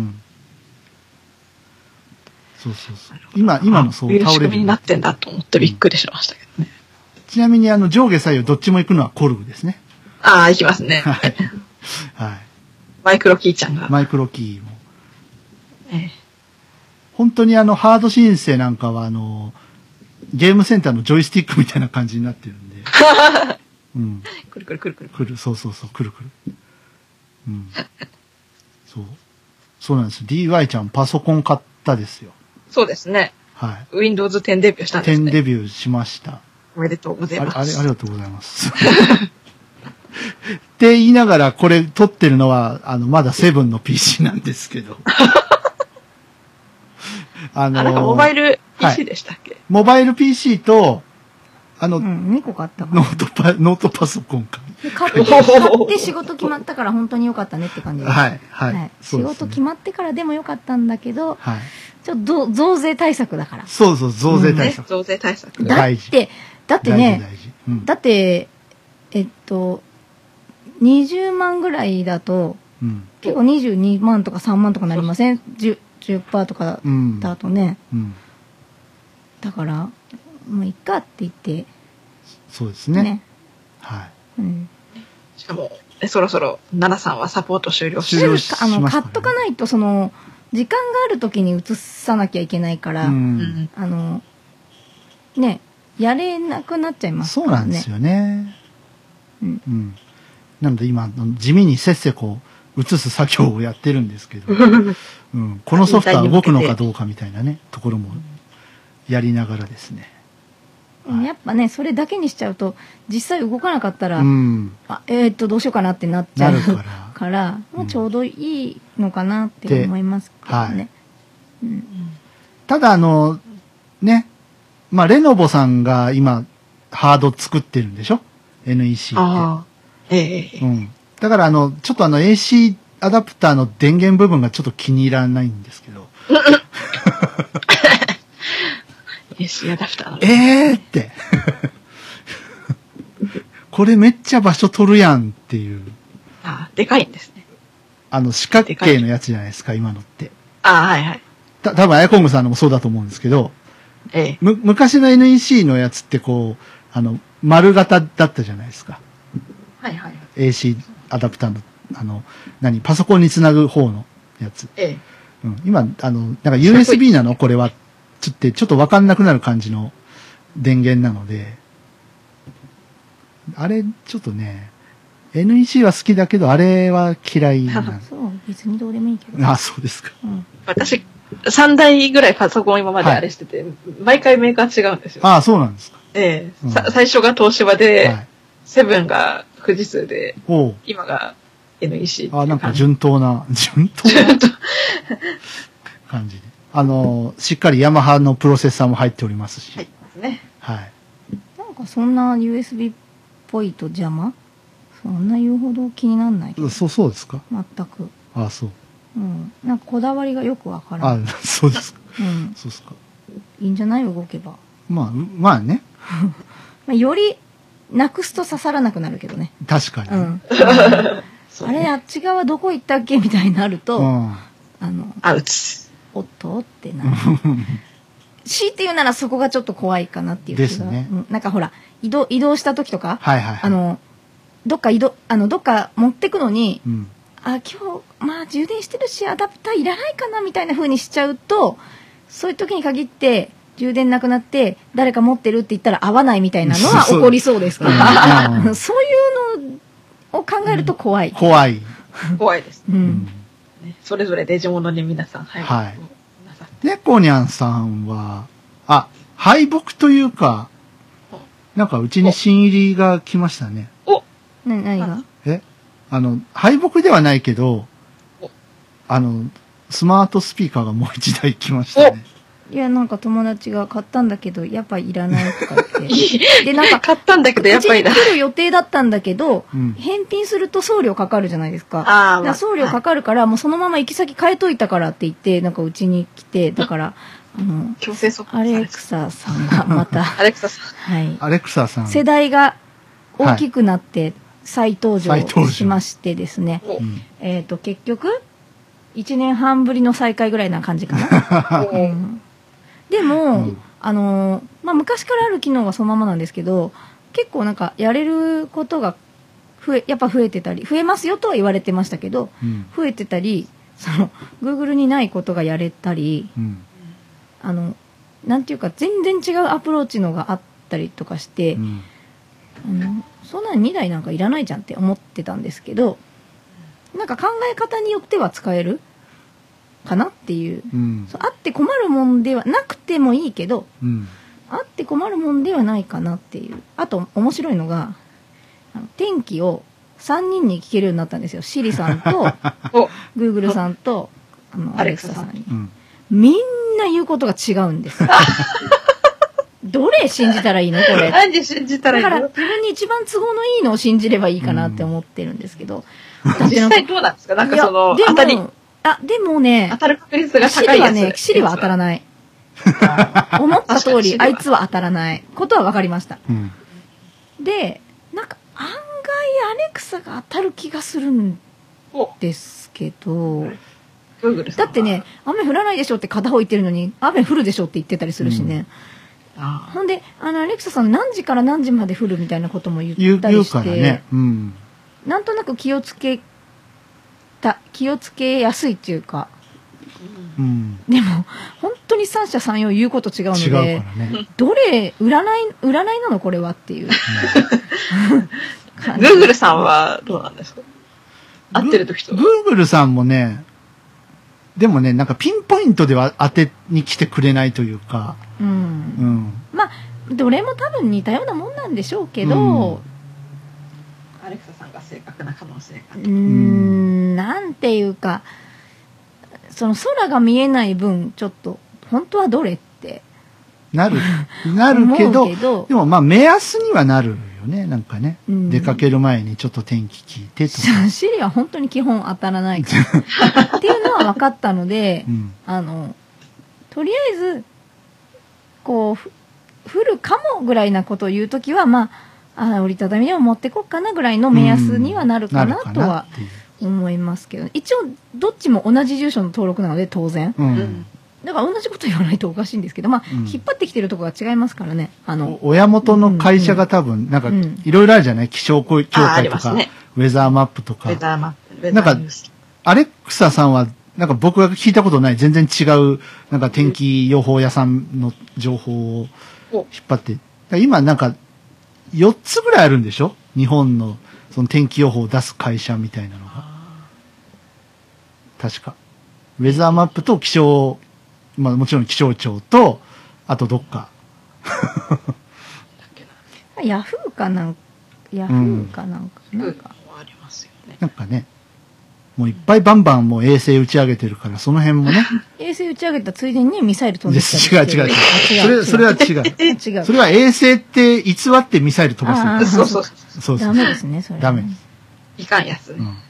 そうそうそう。今、今のそう倒れる。 そういう仕組みになってんだと思ってびっくりしましたけどね。 ちなみにあの上下左右どっちも行くのはコルグですね。 ああ、行きますね。 はい。はい。 マイクロキーちゃんが。 マイクロキーも。 ええ。 本当にあのハードシンセなんかはあの、ゲームセンターのジョイスティックみたいな感じになってるんで。うん。 くるくるくるくる。 くる、そうそうそう、くるくる。うん。そう。そうなんです。ディーワイ ちゃんパソコン買ったですよ。 そうですね。 はい。 ウィンドウズテンデビューしたんですね。 テンデビューしました。 おめでとうございます。 あれ、あれありがとうございます。って言いながら、これ撮ってるのは、あの、まだセブンの ピーシー なんですけど。 あのー、あ、なんかモバイル ピーシー でしたっけ、はい、 モバイル ピーシー と、あの、 うん、にこ買ったノートパ、ノートパソコンか。 買って、買って仕事決まったから本当に良かったねって感じです。 はい、はい。はい、 仕事決まってからでも良かったんだけど、 はい。 ちょっと増税対策だから。 そうそう、増税対策。 うんね、増税対策。 だって、だってね、 大事うん、だって、えっと、にじゅうまんぐらいだと、うん、結構にじゅうにまんとかさんまんとかなりません ?じゅっパーセント とかだとね。うんうん、だから、もういっかって言って。 そうですね。ねはい。 うん、 しかも、そろそろ、奈々さんはサポート終了終了しました、ね。 あの、買っとかないと、その、時間がある時に移さなきゃいけないから、うん、あの、ね、やれなくなっちゃいますからね。そうなんですよね。うん。うん、なので今、地味にせっせこう、移す作業をやってるんですけど、うん、このソフトは動くのかどうかみたいなね、ところもやりながらですね。 はい、やっぱね、それだけにしちゃうと、実際動かなかったら、うん、あえー、っと、どうしようかなってなっちゃうから、からもうちょうどいいのかなって思いますけどね。はいうん、 ただ、あの、ね、まあ、レノボさんが今、ハード作ってるんでしょ ?エヌイーシー って。 あええうん。だから、あの、ちょっとあの エーシー アダプターの電源部分がちょっと気に入らないんですけど。 エーシー アダプターの。 えーって。これめっちゃ場所取るやんっていう。 ああ、でかいんですね。 あの、四角形のやつじゃないですか、今のって。 ああ、はいはい。 た、多分アヤコングさんのもそうだと思うんですけど、 ええ。 む、昔の エヌイーシー のやつってこう、あの、 丸型だったじゃないですか。 はいはい。 エーシー アダプターの、あの、何、パソコンにつなぐ方のやつ。 ええ。 うん、今、あの、なんか ユーエスビー なのこれは。つって、ちょっとわかんなくなる感じの電源なので、あれ、ちょっとね、エヌイーシー は好きだけど、あれは嫌いなの。 そう、別にどうでもいいけど。 あ、そうですか。 うん、 私、さんだいぐらいパソコン今まであれしてて、はい、毎回メーカー違うんですよ。 ああ、そうなんですか。 ええ、うん、さ最初が東芝で、はい、セブンが富士通で、今が エヌイーシー。 ああ、なんか順当な、順当な感じで。あの、しっかりヤマハのプロセッサーも入っておりますし。 入ってますね。 はい。 なんかそんな ユーエスビー っぽいと邪魔？そんな言うほど気にならないけど。 そう、そうですか？ 全く。 ああ、そう。 うん。なんかこだわりがよくわからない。 ああ、そうですか。 うん。 そうですか。 いいんじゃない動けば。 まあ、まあね。 まあより、なくすと刺さらなくなるけどね。 確かに。 うん。あれ、あっち側どこ行ったっけみたいになると、うん、あの、 アウチ。 おっとってなる。強いて言うならそこがちょっと怖いかなっていう気が。 ですね。 うん、なんかほら、移動、移動した時とか、 はいはい、はい、 あの、どっか移動、あの、どっか持ってくのに、 うん、 あ、今日、まあ充電してるし、アダプターいらないかなみたいな風にしちゃうと、そういう時に限って、充電なくなって、誰か持ってるって言ったら合わないみたいなのは起こりそうですから、そういうのを考えると怖い。 うん、怖い。 怖いです。 うん。 それぞれデジモノに皆さん、 はい。はい。猫にゃんさんは、あ、敗北というか、なんかうちに新入りが来ましたね。 おな、何が？ えあの、敗北ではないけど、あの、スマートスピーカーがもう一台来ましたね。 いや、なんか友達が買ったんだけど、やっぱいらないとか言って。 で、なんか買ったんだけど、やっぱりいらない。 来る予定だったんだけど、うん、返品すると送料かかるじゃないですか。 ああ、まあ、 送料かかるから、はい、もうそのまま行き先変えといたからって言って、なんかうちに来て、だから、あの、 強制速アレクサさんがまた、 アレクサさん。 はい。 アレクサさん。 世代が大きくなって再登場しましてですね。はい、えっと、結局、いちねんはんぶりの再会ぐらいな感じかな。うんでも、うん、あのー、まあ、昔からある機能はそのままなんですけど、結構なんかやれることが増え、やっぱ増えてたり、増えますよとは言われてましたけど、うん、増えてたり、その、Google にないことがやれたり、うん、あの、なんていうか全然違うアプローチのがあったりとかして、うん、あのそんなににだいなんかいらないじゃんって思ってたんですけど、なんか考え方によっては使えるかなっていう、うん、そうあって困るもんではなくてもいいけど、うん、あって困るもんではないかなっていう。あと面白いのがあの天気をさんにんに聞けるようになったんですよ。シリさんとグーグルさんとあのアレクサさんに、うん、みんな言うことが違うんですよ。どれ信じたらいいのこれ。 何で信じたらいいの？ だから自分に一番都合のいいのを信じればいいかなって思ってるんですけど。 うん、実際どうなんですか？なんかその当たり。 あ、でもね、 当たる確率が高いやつ。 シリはね、シリは当たらない。思った通り、あいつは当たらないことは分かりました。うん、で、なんか案外アレクサが当たる気がするんですけど、だってね、雨降らないでしょって片方言ってるのに、雨降るでしょって言ってたりするしね。うん、あほんで、あの、アレクサさん何時から何時まで降るみたいなことも言ったりして、ねうん、なんとなく気をつけた気をつけやすいっていうか、うん、でも本当に三者三様言うこと違うので、違うからね、どれ占い占いなのこれはっていう。 グーグルさんはどうなんですか？合ってる時と。 グーグルさんもね、でもねなんかピンポイントでは当てに来てくれないというか、うん、うん、 まあどれも多分似たようなもんなんでしょうけど。うんアレクサさんが正確な可能性がうーんなんていうかその空が見えない分ちょっと本当はどれってなるなるけど、けどでもまあ目安にはなるよねなんかね、うん、出かける前にちょっと天気聞いてとかシリは本当に基本当たらないからっていうのは分かったので、うん、あのとりあえずこう降るかもぐらいなことを言うときはまああ折りたたみでも持ってこっかなぐらいの目安にはなるかなとは思いますけど、一応どっちも同じ住所の登録なので当然、うん、 だから同じこと言わないとおかしいんですけど、まあ、 うん引っ張ってきてるところが違いますからね。あの、 お親元の会社が多分、なんかうん、 いろいろあるじゃない気象協ああり会とか、 ますねウェザーマップとかウェ。ザーマップ、ウェザなんかーニュース。 アレクサさんは、なんか僕が聞いたことない、全然違う、なんか天気予報屋さんの情報を引っ張って。だから今なんか、よっつぐらいあるんでしょ日本の、その天気予報を出す会社みたいなのが。確か。ウェザーマップと気象、まあもちろん気象庁と、あとどっか。 ヤフーかなんか、ヤフーかなんか、なんか。 ありますよね。 なんかね、もういっぱいバンバンもう衛星打ち上げてるから、その辺もね。 衛星打ち上げたついでにミサイル飛んできたりして違う違う違う。それ、それは違う。 違う。 それは衛星って偽ってミサイル飛ばしてる。 そうそう。 そうそう。 ダメですね、それ。 ダメ。 いかんやつね。 うん。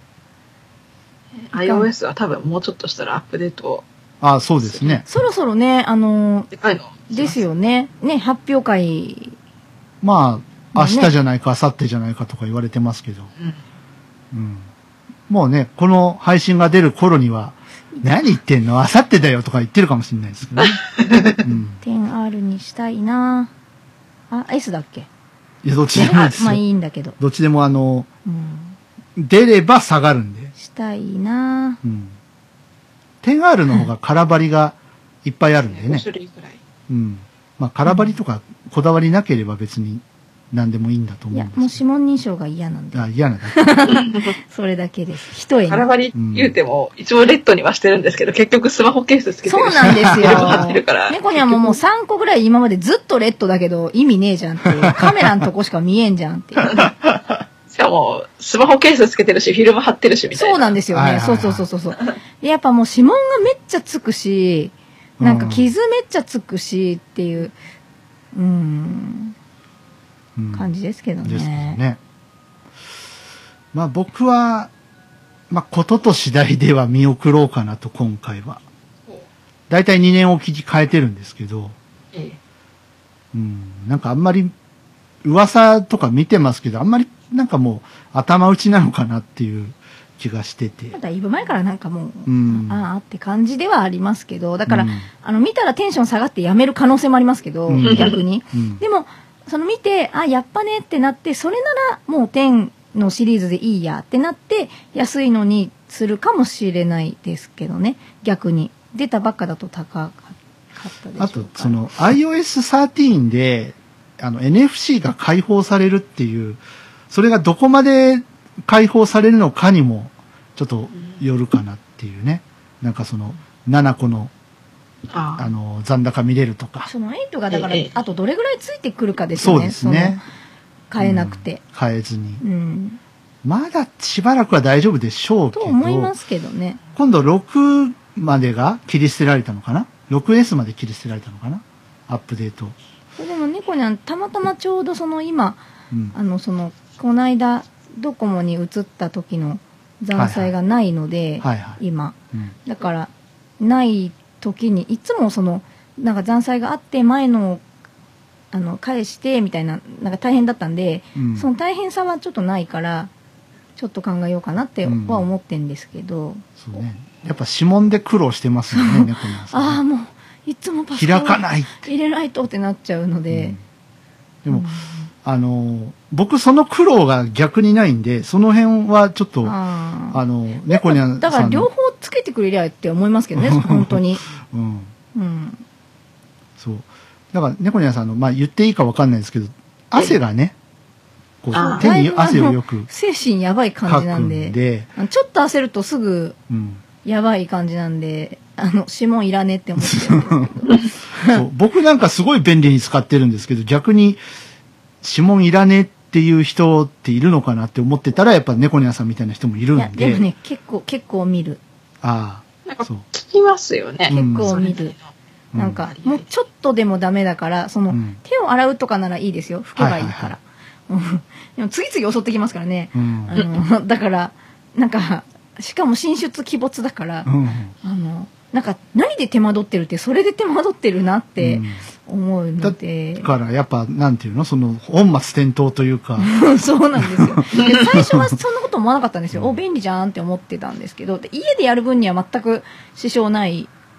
iOS は多分もうちょっとしたらアップデートあ、そうですね。 そろそろね、あのでかいの。 ー、ですよね。ね、発表会。 まあ、明ね日じゃないか、明後日じゃないかとか言われてますけど。 うん。 うん。もうね、この配信が出る頃には、何言ってんの明後日だよとか言ってるかもしれないですけどね。うん。 テンアール にしたいなあ、S だっけいや、どっちでもいいですまあいよ。 いんだけど。 どっちでもあの、 うん。 出れば下がるんで。 したいなうん。テンアール の方が空張りがいっぱいあるんでごね。 種類ぐらい。 うん。まあ、空張りとかこだわりなければ別に何でもいいんだといや思うん、ですもう指紋認証が嫌なんで。 あ、嫌なだけ。 それだけです。一重に。 空張り言うても、一応レッドにはしてるんですけど、結局スマホケースつけてるし。 そうなんですよ貼ってるから。 猫にはもうもうさんこぐらい今までずっとレッドだけど意味ねえじゃんっていう。カメラのとこしか見えんじゃんっていう。 しかも、スマホケースつけてるし、フィルム貼ってるし、みたいな。 そうなんですよね。 はいはいはいそうそうそうそう。でやっぱもう指紋がめっちゃつくし、なんか傷めっちゃつくしっていう、うーん、 うん感じですけどね。 ですけどね。まあ僕は、まあことと次第では見送ろうかなと今回は。だいたいにねんおきに変えてるんですけど、 ええうん、なんかあんまり噂とか見てますけど、あんまりなんかもう頭打ちなのかなっていう気がしてて。 だいぶ前からなんかもう、 うんああって感じではありますけど、だから、 うんあの見たらテンション下がってやめる可能性もありますけど、 うん逆に。 うんでも、その見て、あ、やっぱねってなって、それならもうじゅうのシリーズでいいやってなって、安いのにするかもしれないですけどね、逆に。出たばっかだと高かったでしょうか。 あと、その アイオーエスサーティーン で、あの エヌエフシー が解放されるっていう、それがどこまで解放されるのかにも、ちょっとよるかなっていうね。なんかその、ななこの、 あああの、残高見れるとか。 そのエイトがだからええ、 あとどれぐらいついてくるかですよね。 そうですね。 その買えなくて。 うん変えずに。 うん。 まだしばらくは大丈夫でしょうけとど。 思いますけどね。 今度ろくまでが切り捨てられたのかな ?ろくエス まで切り捨てられたのかなアップデート。 でも猫にゃん、たまたまちょうどその今、 うん。 あの、その、この間、ドコモに移った時の残債がないので、 はいはい。 今。 うん。 だから、ない時に、いつもその、なんか残債があって、前のを、あの、返して、みたいな、なんか大変だったんで、 うんその大変さはちょっとないから、ちょっと考えようかなってうんは思ってんですけど、 そうね。やっぱ指紋で苦労してますよね、猫のさん。 ああ、もう、いつもパソコン開かない。 入れないとってなっちゃうので、 でも、あの、僕その苦労が逆にないんで、その辺はちょっと、あああ。 の、猫にゃんさんの。 だから両方つけてくれりゃって思いますけどね、本当に。 うん。 うん。 そう。だから猫にゃんさんの、まあ言っていいかわかんないですけど、汗がね、こあう、手に汗をよく精神やばい感かくじなんで、 んで、 あのちょっと焦るとすぐうん。 やばい感じなんで、あの、指紋いらねって思ってるんですけど。 そう僕なんかすごい便利に使ってるんですけど、逆に指紋いらねっていう人っているのかなって思ってたら、やっぱ猫にゃんさんみたいな人もいるんいや、 で。 でもね、結構、結構見る。 ああ、 なんかそう。 聞きますよね。 うん結構見る。 うんなんか、もうちょっとでもダメだから、その、 うん手を洗うとかならいいですよ。拭けばいいから。うんでも次々襲ってきますからね。 うんあの、だから、なんか、しかも進出鬼没だから、 うん。 あの、なんか、何で手間取ってるって、それで手間取ってるなって思うので。 だからやっぱ、なんていうのその、本末転倒というか、 そうなんですよ。で最初はそんなこと思わなかったんですよ。お、便利じゃんって思ってたんですけど、で家でやる分には全く支障ない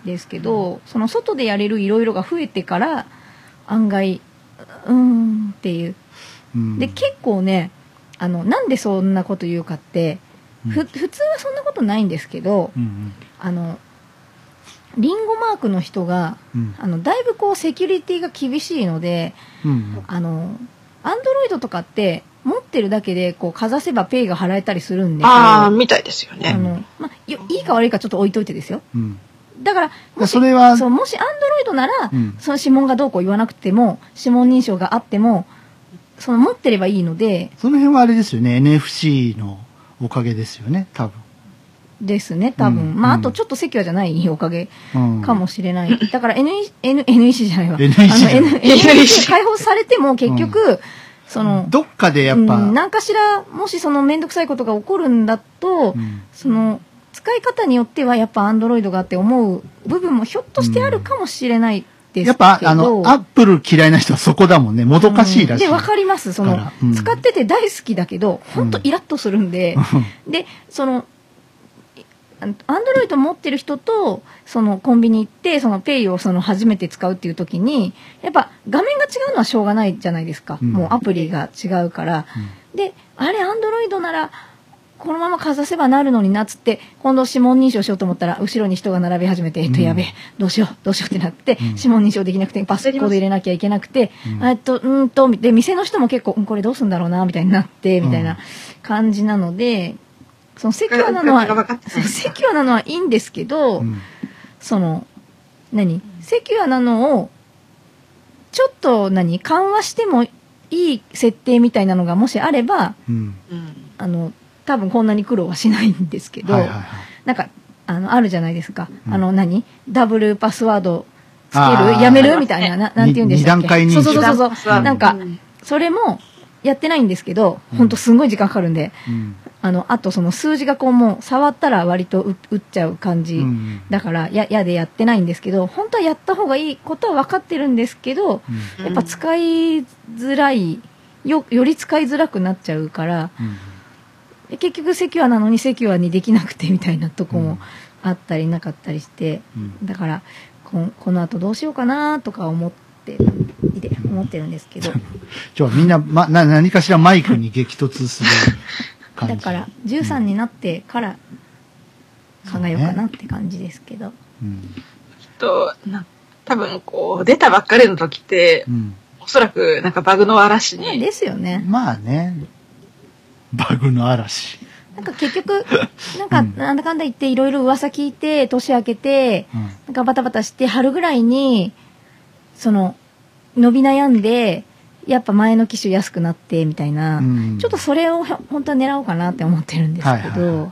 ですけど、その外でやれるいろいろが増えてから案外うーんっていう、うん、で結構ねあのなんでそんなこと言うかって、うん、ふ普通はそんなことないんですけど、うんうん、あのリンゴマークの人が、うん、あのだいぶこうセキュリティが厳しいので、うん、あのアンドロイドとかって持ってるだけでこうかざせばペイが払えたりするんで、 ああみたいですよね。 あの、まあ、いいか悪いかちょっと置いといてですよ。うん、だからもしそれはそうもしアンドロイドなら、うん、その指紋がどうこう言わなくても指紋認証があってもその持ってればいいので、 その辺はあれですよね エヌエフシー のおかげですよね多分。 ですね多分、うん、まああとちょっとセキュアじゃないおかげかもしれない、うん、だから エヌイーシー じゃないわエヌイーシーエヌイーシー 開放されても結局、うん、そのどっかでやっぱ、 うん、何かしらもしその面倒くさいことが起こるんだと、うん、その使い方によってはやっぱアンドロイドがって思う部分もひょっとしてあるかもしれないですけど、 やっぱあのアップル嫌いな人はそこだもんね。もどかしいらしい、 うん、で分かりますその、うん、使ってて大好きだけど本当イラッとするんで、うん、でそのアンドロイド持ってる人とそのコンビニ行ってそのペイをその初めて使うっていう時にやっぱ画面が違うのはしょうがないじゃないですか、うん、もうアプリが違うから、うん、であれアンドロイドならこのままかざせばなるのになっつって今度指紋認証しようと思ったら後ろに人が並び始めて、うん、えっとやべえどうしようどうしようってなって、うん、指紋認証できなくてパスコード入れなきゃいけなくて、うん、えっとうんとで店の人も結構、うん、これどうすんだろうなみたいになってみたいな感じなので、そのセキュアなのはセキュアなのはいいんですけど、うん、その何セキュアなのをちょっと何緩和してもいい設定みたいなのがもしあれば、うん、あの多分こんなに苦労はしないんですけど、はいはいはい、なんかあのあるじゃないですか、うん、あの何ダブルパスワードつけるやめるみたいなななんて言うんでしたっけ、 に段階認証、 そうそうそうそう、うん、なんかそれもやってないんですけど、うん、ほんとすんごい時間かかるんで、うん、あのあとその数字がこうもう触ったら割と打っちゃう感じ、うん、だからややでやってないんですけど、本当はやった方がいいことは分かってるんですけど、うん、やっぱ使いづらい よ, より使いづらくなっちゃうから、うん、結局セキュアなのにセキュアにできなくてみたいなとこもあったりなかったりして、うん、だからここの後どうしようかなとか思って思ってるんですけど今日はみんな、ま、な何かしらマイクに激突する感じだからじゅうさんになってから考えようかなって感じですけど、うん、 きっとな多分こう出たばっかりの時って、うん、おそらくなんかバグの嵐にですよね。 まあねバグの嵐なんか結局なんかなんだかんだ言っていろいろ噂聞いて年明けて、うん、なんかバタバタして春ぐらいにその伸び悩んでやっぱ前の機種安くなってみたいな、うん、ちょっとそれを本当は狙おうかなって思ってるんですけど、はいはいはい、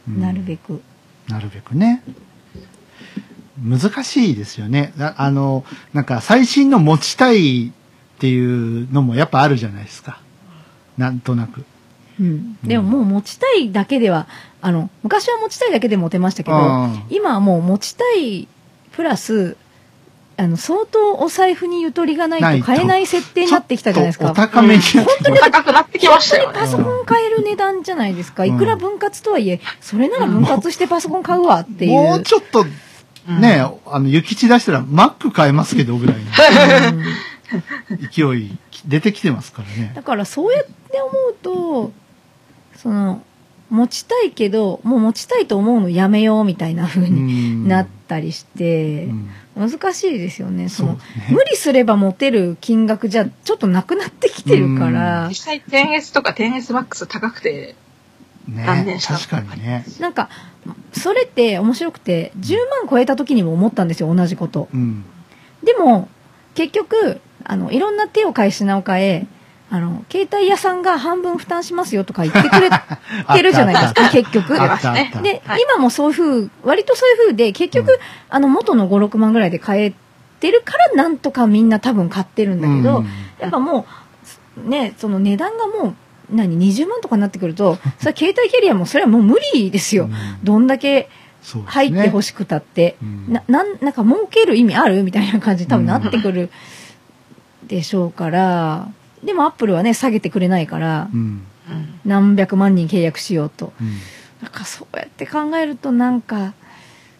なるべくなるべくね難しいですよね。あのなんか最新の持ちたいっていうのもやっぱあるじゃないですか、なんとなく、 うん、でももう持ちたいだけではあの昔は持ちたいだけで持てましたけど、今はもう持ちたいプラスあの相当お財布にゆとりがないと買えない設定になってきたじゃないですか。 お高めに、うん、 本当に高くなってきましたよね。 パソコン買える値段じゃないですか。いくら分割とはいえ、それなら分割してパソコン買うわっていう。 もうちょっとね、うん、あの諭吉出したら Mac 買えますけどぐらいの、うん、勢い出てきてますからね。 だからそうやって思うと、その持ちたいけどもう持ちたいと思うのやめようみたいな風になったりして。うんうん、難しいですよね。その、ね、無理すれば持てる金額じゃちょっとなくなってきてるから。 実際 テンエス とか テンエスマックス 高くて断念した。確かにね。 なんかそれって面白くてじゅうまん超えた時にも思ったんですよ、同じこと。うん、でも結局あのいろんな手を変え品を変え。あの携帯屋さんが半分負担しますよとか言ってくれてるじゃないですか結局で、はい、今もそういう風割とそういう風で結局、うん、あの元のごろくまんぐらいで買えてるからなんとかみんな多分買ってるんだけど、うん、やっぱもうねその値段がもう何にじゅうまんとかになってくるとそれは携帯キャリアもそれはもう無理ですよ、うん、どんだけ入ってほしくたって、うん、な, なんなんか儲ける意味あるみたいな感じに多分なってくるでしょうから。でもアップルはね下げてくれないから、うん、何百万人契約しようと、うん、なんかそうやって考えるとなんか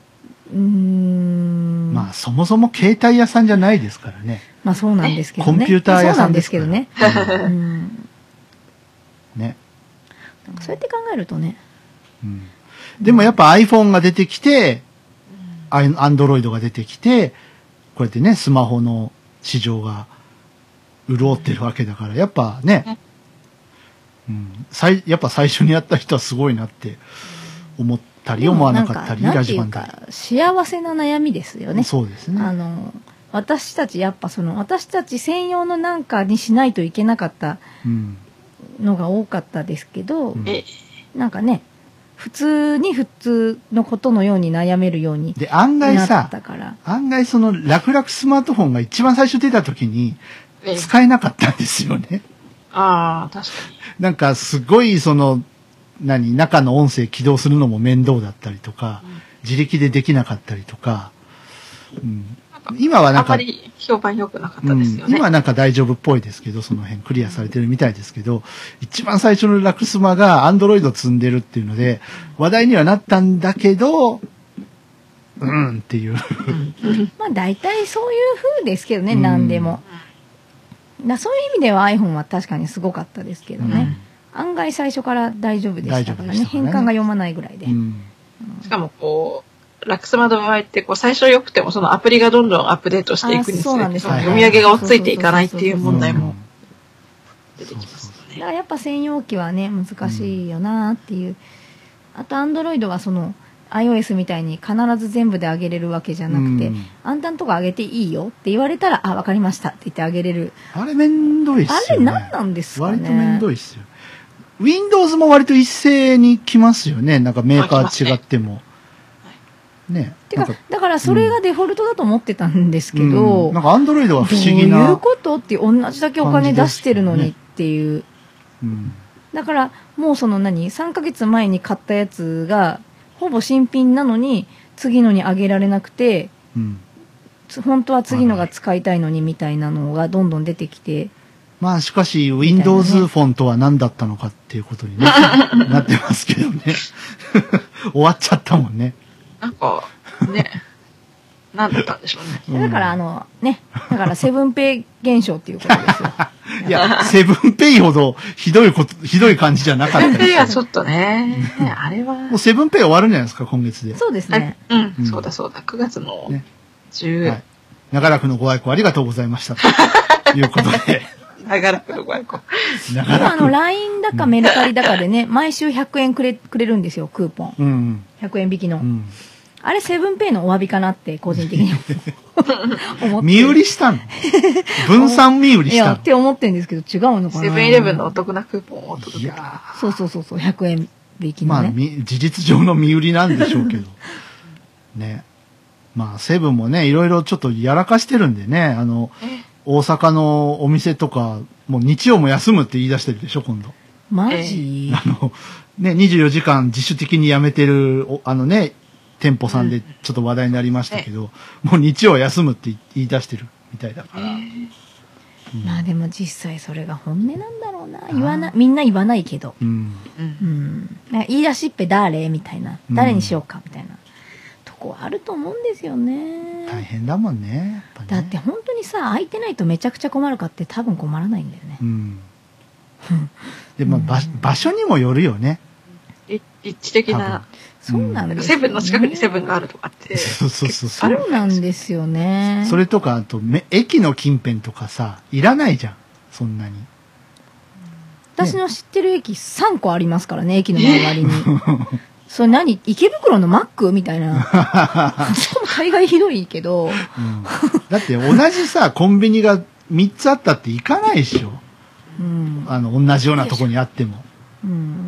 うーん。 まあ、そもそも携帯屋さんじゃないですからね。 まあそうなんですけどね。 コンピューター屋さんですから。 そうなんですけどね。うん。 ね。 なんかそうやって考えるとね。 うん。でもやっぱ iPhone が出てきて、Android が出てきて、こうやってね、スマホの市場が潤ってるわけだから、やっぱね、うん、最やっぱ最初にやった人はすごいなって思ったり思わなかったり、ラジバンだり。 幸せな悩みですよね。 そうですね。 あの、私たちやっぱその、私たち専用のなんかにしないといけなかったのが多かったですけど、うん、なんかね、普通に普通のことのように悩めるようにで、案外さ、 から案外その楽々スマートフォンが一番最初出た時に使えなかったんですよね。 ああ、確かに。 なんかすごいその、何、中の音声起動するのも面倒だったりとか、うん、自力でできなかったりとか、うん、今はなんか、 あんまり評判良くなかったですよね。 うん、今はなんか大丈夫っぽいですけど、その辺クリアされてるみたいですけど、一番最初の楽スマが Android 積んでるっていうので、話題にはなったんだけど、うんっていう。 まあ大体そういう風ですけどね、うん、何でも。だそういう意味では iPhone は確かにすごかったですけどね。うん、案外最初から大丈夫でしたからね。ね変換が読まないぐらいで。うんうん、しかもこう、ラクスマの場合ってこう最初良くてもそのアプリがどんどんアップデートしていくんですよ。ね、読み上げが追っついていかないっていう問題も出てきますね。 だからやっぱ専用機はね難しいよなっていう。あと Android はその iOS みたいに必ず全部で上げれるわけじゃなくて、うん、アンタンとか上げていいよって言われたら、あ、わかりましたって言って上げれる。 あれめんどいっすよね。 あれ何なんですかね。 割とめんどいっすよ。Windows も割と一斉に来ますよね。なんかメーカー違っても。ね。 てか、だからそれがデフォルトだと思ってたんですけど、 うん、なんか Android は不思議な。 どういうことって同じだけお金出してるのにっていう。うん、だからもうその何さんかげつまえに買ったやつがほぼ新品なのに次のに上げられなくて、うん、本当は次のが使いたいのにみたいなのがどんどん出てきて。 まあしかし Windows フォントは何だったのかっていうことに、ね、なってますけどね。終わっちゃったもんね。 なんかね、何だったんでしょうね。 だからあのね、だからセブンペイ現象っていうことですよ。 いや、セブンペイほどひどいこと、ひどい感じじゃなかったです。 セブンペイはちょっとね、あれは。 もうセブンペイ終わるんじゃないですか、今月で。 そうですね。 うん、うん、そうだそうだ、くがつのじゅう、ね、はい。 長らくのご愛顧ありがとうございました。ということで。 長らくのご愛顧。 今あの ライン だかメルカリだかでね、毎週ひゃくえんくれ、くれるんですよ、クーポン。うん、ひゃくえん引きの。うん、あれセブンペイのお詫びかなって個人的に思って。 見売りしたの分散見売りしたのいや、って思ってるんですけど違うのかな。 セブンイレブンのお得なクーポンをお届け。いやそうそうそうそう、ひゃくえん引きのね。 まあ、事実上の見売りなんでしょうけど。ね。まあ、セブンもね、いろいろちょっとやらかしてるんでね、あの、大阪のお店とか、もう日曜も休むって言い出してるでしょ、今度。 マジあの、ね、にじゅうよじかん自主的に辞めてる、あのね、店舗さんでちょっと話題になりましたけど、うん、もう日曜休むって言い出してるみたいだから。えーうん、まあでも実際それが本音なんだろうな。言わな、みんな言わないけど。うん。うん。なんか言い出しっぺ誰みたいな。誰にしようかみたいな。とこはあると思うんですよね。 大変だもんね。 やっぱねだって本当にさ、空いてないとめちゃくちゃ困るかって多分困らないんだよね。うん。 でも、場、場所にもよるよね。 立地的な。 そうなんですよね。セブンの近くにセブンがあるとかって。 そうそうそう。 そうなんですよね。 それとか、あと、駅の近辺とかさ、いらないじゃん。そんなに。 私の知ってる駅さんこありますからね、駅の周りに。それ何池袋のマックみたいな。しかも大概ひどいけど、うん。 だって同じさ、コンビニがみっつあったって行かないでしょ。うん、あの、同じようなとこにあっても。 うん、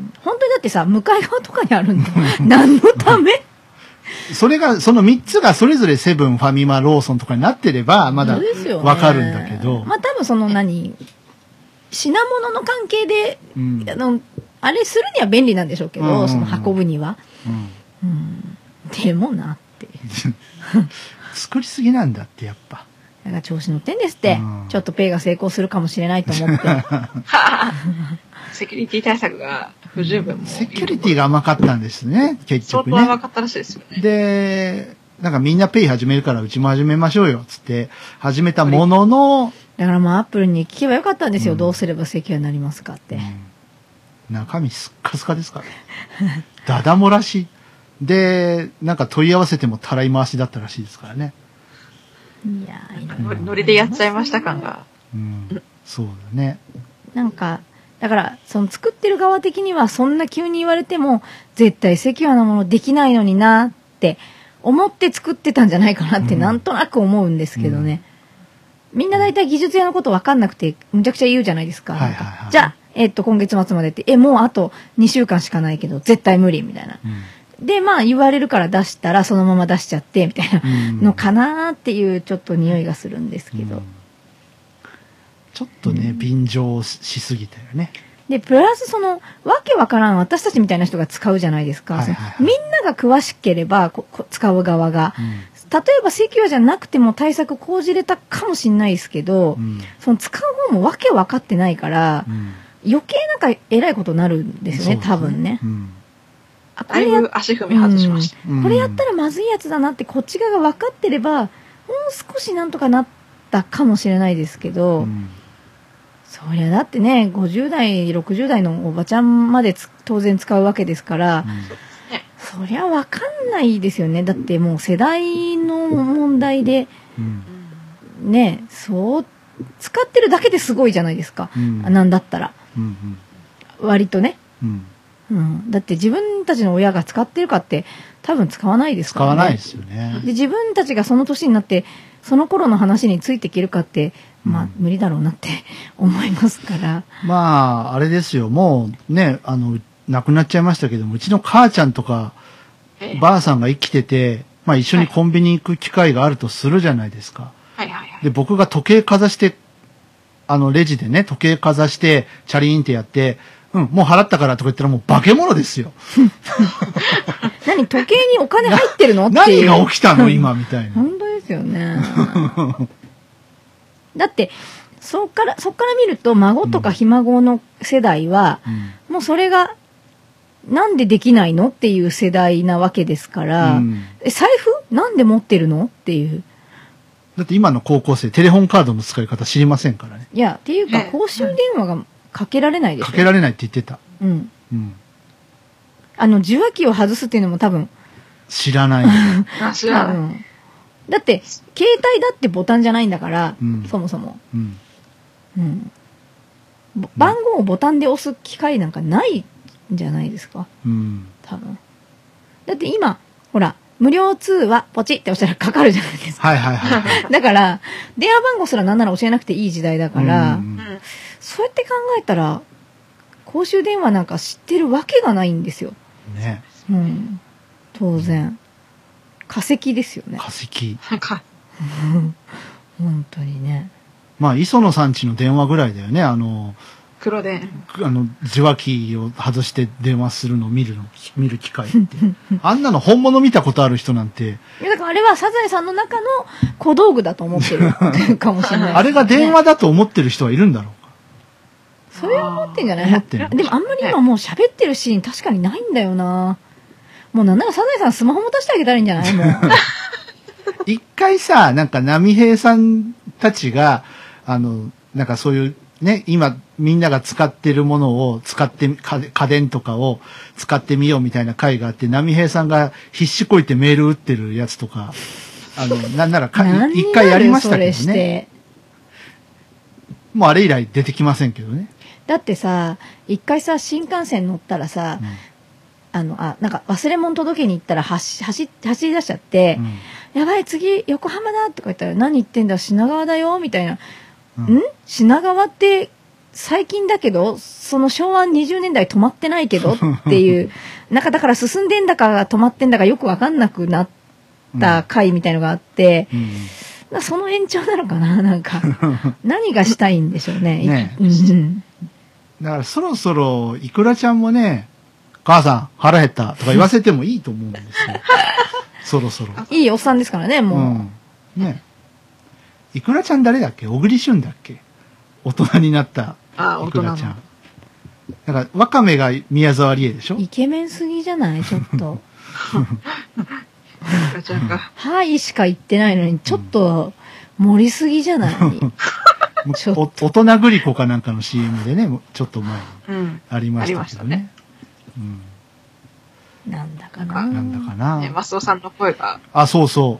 本当にだってさ、向かい側とかにあるんだ。何のためそれが、そのみっつがそれぞれセブン、ファミマ、ローソンとかになってれば、まだわかるんだけど。 まあ多分その何、品物の関係で、うん、あの、あれするには便利なんでしょうけど、うんうんうん、その運ぶには。うんうん、でもなって。 作りすぎなんだって、やっぱ。 だから調子乗ってんですって、うん。ちょっとペイが成功するかもしれないと思って。 セキュリティ対策が不十分も。 セキュリティが甘かったんですね、結局ね。 相当甘かったらしいですよね。 で、 なんかみんなペイ始めるからうちも始めましょうよ、つって始めたものの、 だからもうアップルに聞けばよかったんですよ。うん、どうすればセキュアになりますかって。うん、 中身すっかすかですからね。ダダ漏らし。で、なんか問い合わせてもたらい回しだったらしいですからね。 いやー、ノリでやっちゃいました感が。 うん。そうだね。 なんか、だから、その作ってる側的にはそんな急に言われても、絶対セキュアなものできないのになって思って作ってたんじゃないかなってなんとなく思うんですけどね。うん、みんな大体技術屋のこと分かんなくて、むちゃくちゃ言うじゃないですか。はいはいはい、じゃあ、えっと、今月末までって、え、もうあとにしゅうかんしかないけど、絶対無理みたいな。うん、で、まあ言われるから出したらそのまま出しちゃって、みたいなのかなっていうちょっと匂いがするんですけど。うん、 ちょっとね、便乗しすぎたよね。 で、プラスその、わけわからん私たちみたいな人が使うじゃないですか。はいはいはい、みんなが詳しければ、ここ使う側が、うん。例えばセキュアじゃなくても対策講じれたかもしれないですけど、うん、その使う方もわけわかってないから、うん、余計なんか偉いことになるんですよね、多分ね。うん、 あ、これや足踏み外しました、 うん。これやったらまずいやつだなってこっち側が分かってれば、もう少しなんとかなったかもしれないですけど、うんそりゃだってね、ごじゅう代、ろくじゅう代のおばちゃんまで当然使うわけですから、うん、そりゃわかんないですよね。だってもう世代の問題で、うん、ね、そう、使ってるだけですごいじゃないですか。うん、なんだったら。うんうん、割とね、うんうん。だって自分たちの親が使ってるかって多分使わないですからね。 使わないですよね。 で、自分たちがその年になって、その頃の話についていけるかって、まあ、無理だろうなって思いますから。 まあ、あれですよ。もうね、あの、亡くなっちゃいましたけども、うちの母ちゃんとか、ばあさんが生きてて、まあ一緒にコンビニ行く機会があるとするじゃないですか。はいはいはい。で、僕が時計かざして、あの、レジでね、時計かざして、チャリーンってやって、うん、もう払ったからとか言ったらもう化け物ですよ。 何時計にお金入ってるのっていう。何が起きたの今みたいな。 本当ですよね。だって、そっから、そっから見ると、孫とかひ孫の世代は、うん、もうそれが、なんでできないのっていう世代なわけですから、うん、え財布なんで持ってるのっていう。 だって今の高校生、テレホンカードの使い方知りませんからね。 いや、っていうか、公衆電話がかけられないでしょ。 かけられないって言ってた。 うん。うん。あの、受話器を外すっていうのも多分。 知らない。 あ、知らない。 だって、携帯だってボタンじゃないんだから、うん、そもそも、うんうん。番号をボタンで押す機会なんかないんじゃないですか。うん、多分。だって今、ほら、無料通話、ポチって押したらかかるじゃないですか。 はいはいはい。 だから、電話番号すらなんなら教えなくていい時代だから、うん、そうやって考えたら、公衆電話なんか知ってるわけがないんですよ。 ね。 うん。当然。化石ですよね。 化石。 本当にね。 まあ、磯野さんちの電話ぐらいだよね。あの、 黒電。 あの、受話器を外して電話するのを見るの、見る機会って。あんなの本物見たことある人なんて。 いや、だからあれはサザエさんの中の小道具だと思ってるかもしれない、ね。 あれが電話だと思ってる人はいるんだろうか。 それは思ってんじゃない？思ってる。でもあんまり今もう喋ってるシーン確かにないんだよな。もうなんならサザエさんスマホ持たせてあげたらいいんじゃない？もう。 一回さ、なんか波平さんたちが、あの、なんかそういうね、今みんなが使ってるものを使って、家電とかを使ってみようみたいな会があって、波平さんが必死こいてメール打ってるやつとか、あの、なんならか一回やりましたけどね。もうあれ以来出てきませんけどね。 だってさ、一回さ、新幹線乗ったらさ、うんあの、あ、なんか忘れ物届けに行ったら走、走、走り出しちゃって、うん、やばい、次、横浜だとか言ったら、何言ってんだ、品川だよみたいな。うん、ん品川って、最近だけど、その昭和にじゅうねんだい止まってないけどっていう、なんかだから進んでんだか止まってんだかよくわかんなくなった回みたいのがあって、うん、その延長なのかななんか、何がしたいんでしょうね。ねうん、 だからそろそろ、いくらちゃんもね、母さん、腹減ったとか言わせてもいいと思うんですよ。そろそろ。 いいおっさんですからね、もう。うん、 ね。いくらちゃん誰だっけ小栗旬だっけ大人になった。 あ、 いくらちゃん。だから、ワカメが宮沢りえでしょイケメンすぎじゃないちょっと。 かちゃんが。 はいしか言ってないのに、ちょっと盛りすぎじゃない、 ちょっと。大人グリコかなんかの シーエム でね、ちょっと前にありましたけどね。ねうん、 なんだかな。 なんだかな。 ね、マスオさんの声が。 あ、そうそう。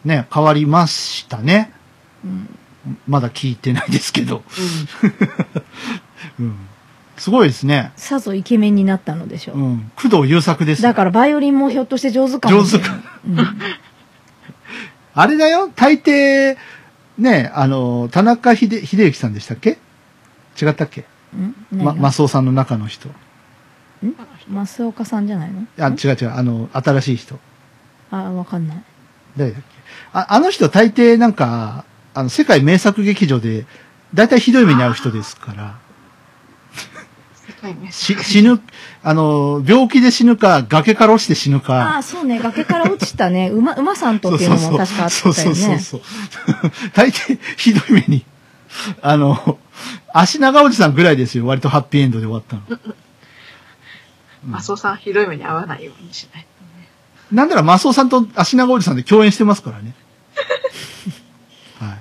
ね、変わりましたね。うん、まだ聞いてないですけど。うんうん、すごいですね。 さぞイケメンになったのでしょう。 うん。工藤優作です、ね。 だからバイオリンもひょっとして上手かもしれない。上手か。うん、 あれだよ、大抵、ね、あの、田中秀秀之さんでしたっけ？違ったっけ？んま、マスオさんの中の人。ん増岡さんじゃないの？ あ、違う違う、あの、新しい人。 あ、わかんない。 誰だっけ？あ、あの人大抵なんか、あの、世界名作劇場で、大体ひどい目に遭う人ですから。し死ぬ、あの、病気で死ぬか、崖から落ちて死ぬか。 ああ、そうね、崖から落ちたね、馬、馬さんとっていうのも確かあったよね。そうそうそうそう。 大抵ひどい目に。あの、足長おじさんぐらいですよ、割とハッピーエンドで終わったの。 マスオさんひどい目に遭わないようにしないとね。 なんならマスオさんと足長おじさんで共演してますからね。はい。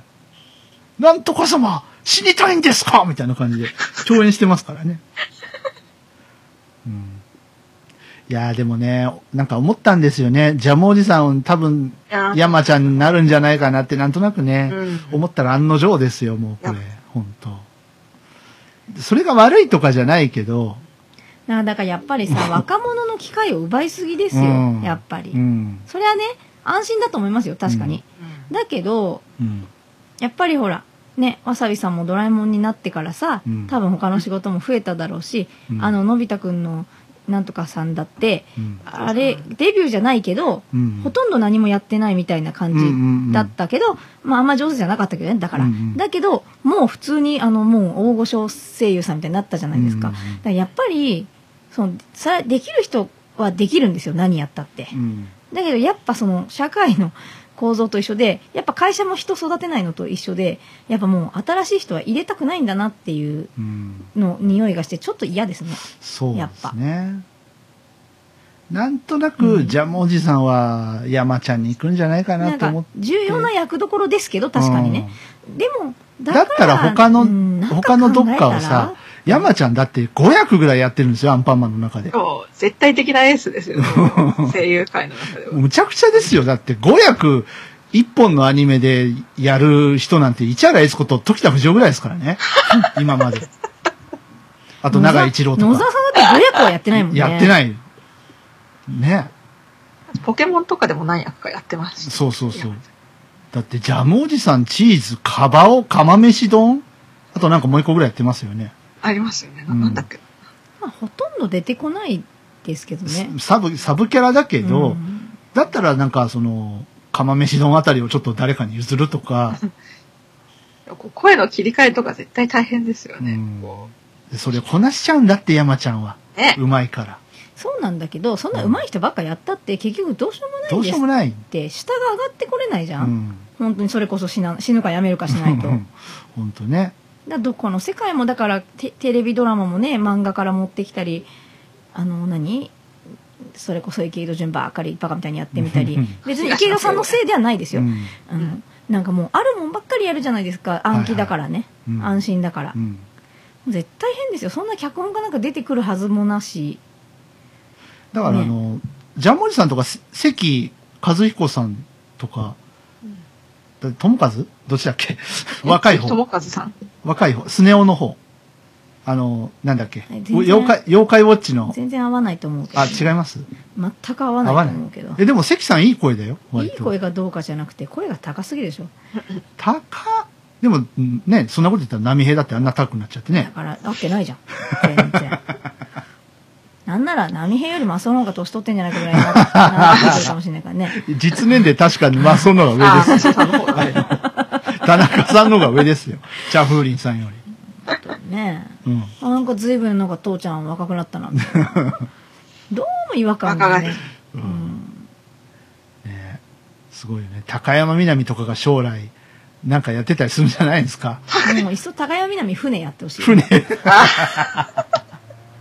なんとか様、死にたいんですかみたいな感じで共演してますからね。うん、いやーでもね、なんか思ったんですよね。ジャムおじさん多分、山ちゃんになるんじゃないかなってなんとなくね、うん、思ったら案の定ですよ、もうこれ。本当。それが悪いとかじゃないけど、 だからやっぱりさ、若者の機会を奪いすぎですよ、うん、やっぱり、うん。それはね、安心だと思いますよ、確かに。うん、だけど、うん、やっぱりほら、ね、わさびさんもドラえもんになってからさ、うん、多分他の仕事も増えただろうし、うん、あの、のび太くんのなんとかさんだって、うん、あれ、デビューじゃないけど、うん、ほとんど何もやってないみたいな感じだったけど、うんうんうん、まああんま上手じゃなかったけどね、だから。うんうん、だけど、もう普通にあの、もう大御所声優さんみたいになったじゃないですか。うんうん、だからやっぱり、その、さ、できる人はできるんですよ、何やったって。うん、だけどやっぱその、社会の、構造と一緒で、やっぱ会社も人育てないのと一緒で、やっぱもう新しい人は入れたくないんだなっていうの、うん、匂いがしてちょっと嫌ですね。 そうですね。なんとなく、うん、ジャムおじさんは山ちゃんに行くんじゃないかなと思って。 重要な役どころですけど、確かにね。うん、でもだ、だったら他の、うん、他のどっかをさ、山ちゃんだってご役ぐらいやってるんですよ、アンパンマンの中で。 そう、絶対的なエースですよ、ね、声優界の中では。 むちゃくちゃですよ、だってご役いっぽんのアニメでやる人なんて市原悦子と時田不二夫ぐらいですからね。今まで。あと長井一郎とか。 野沢さんだってご役はやってないもんね。 やってない。ね。 ポケモンとかでも何役かやってます。 そうそうそう。だってジャムおじさん、チーズ、カバオ、釜飯丼、あとなんかもう一個ぐらいやってますよね。 ありますよね。なんだっけ、うん、 まあ、ほとんど出てこないですけどね。 サブ、サブキャラだけど、うん、だったらなんかその、釜飯丼あたりをちょっと誰かに譲るとか。 声の切り替えとか絶対大変ですよね。 うん、それをこなしちゃうんだって山ちゃんは。ね。うまいから。 そうなんだけど、そんな上手い人ばっかやったって結局どうしようもないんですって。どうしようもない。って下が上がってこれないじゃん。うん、本当にそれこそ死な死ぬかやめるかしないと。 本当ね。 だどこの世界もだからテテレビドラマもね、漫画から持ってきたり、あの何それこそ池井戸潤ばっかりバカみたいにやってみたり、別に池井戸さんのせいではないですよ、うん、あのなんかもうあるもんばっかりやるじゃないですか、暗記だからね、はいはい、安心だから、うん、絶対変ですよ、そんな脚本家なんか出てくるはずもなし。 だから、ね、あのジャンモリさんとか関和彦さんとか、うん、友和どっちだっけ若い方。 友和さん。 若い方。スネ夫の方。あの、なんだっけ。妖怪、妖怪ウォッチの。 全然合わないと思うけど、 ね。あ、違います？ 全く合わないと思うけど。 え、でも関さんいい声だよ。 いい声がどうかじゃなくて、声が高すぎでしょ。 高でも、ね、そんなこと言ったら波平だってあんな高くなっちゃってね。 だから、合ってないじゃん。全然。なんなら波平よりマスオの方が年取ってんじゃないかぐらいになってくるかもしれないからね。実年齢確かにマスオの方が上ですよ。田中さんの方が上ですよ。チャフーリンさんより。 ねえ、うん、あなんか随分なんか父ちゃん若くなったなどうも違和感がね、うんうん、 ねすごいよね。高山みなみとかが将来なんかやってたりするんじゃないですか。 もういっそ高山みなみ船やってほしい。 船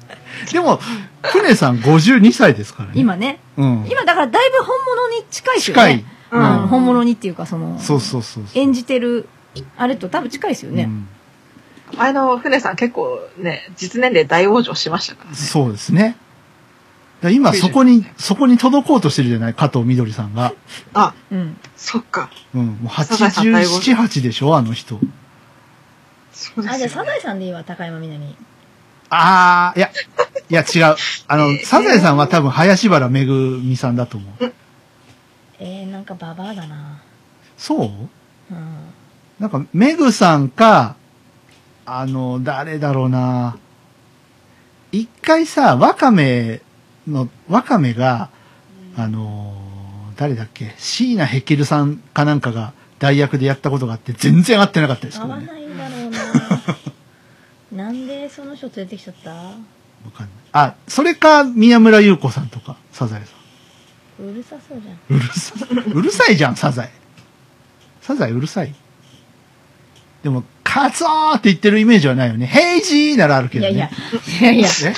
でも、船さんごじゅうにさいですからね。 今ね。 うん。 今だからだいぶ本物に近いですよね。近い。うん。うん、本物にっていうか、その、 そうそうそう演じてる、あれと多分近いですよね。うん、 前の船さん結構ね、実年齢大往生しましたからね。 そうですね。今そこに、そこに届こうとしてるじゃない、加藤みどりさんが。 あ、うん。そっか。 うん。もうはちじゅうなな、はちでしょ、あの人。 そうですね。あ、じゃあサザエさんでいいわ、高山みなみ。 あー、いや、いや違う。あの、サザエさんは多分林原めぐみさんだと思う。 えー、なんかババアだな。 そう？うん。なんか、めぐさんか、あの、誰だろうな。一回さ、ワカメの、ワカメが、あの、誰だっけ、椎名ヘケルさんかなんかが代役でやったことがあって、全然合ってなかったですけどね。 合わないんだろうな。なんでその人連れてきちゃった？わかんない。あ、それか、宮村優子さんとか、サザエさん。うるさそうじゃん。 うるさ、うるさいじゃん、サザエ。サザエうるさい。でも、カツオーって言ってるイメージはないよね。ヘイジーならあるけどね。いやいや、いやいや。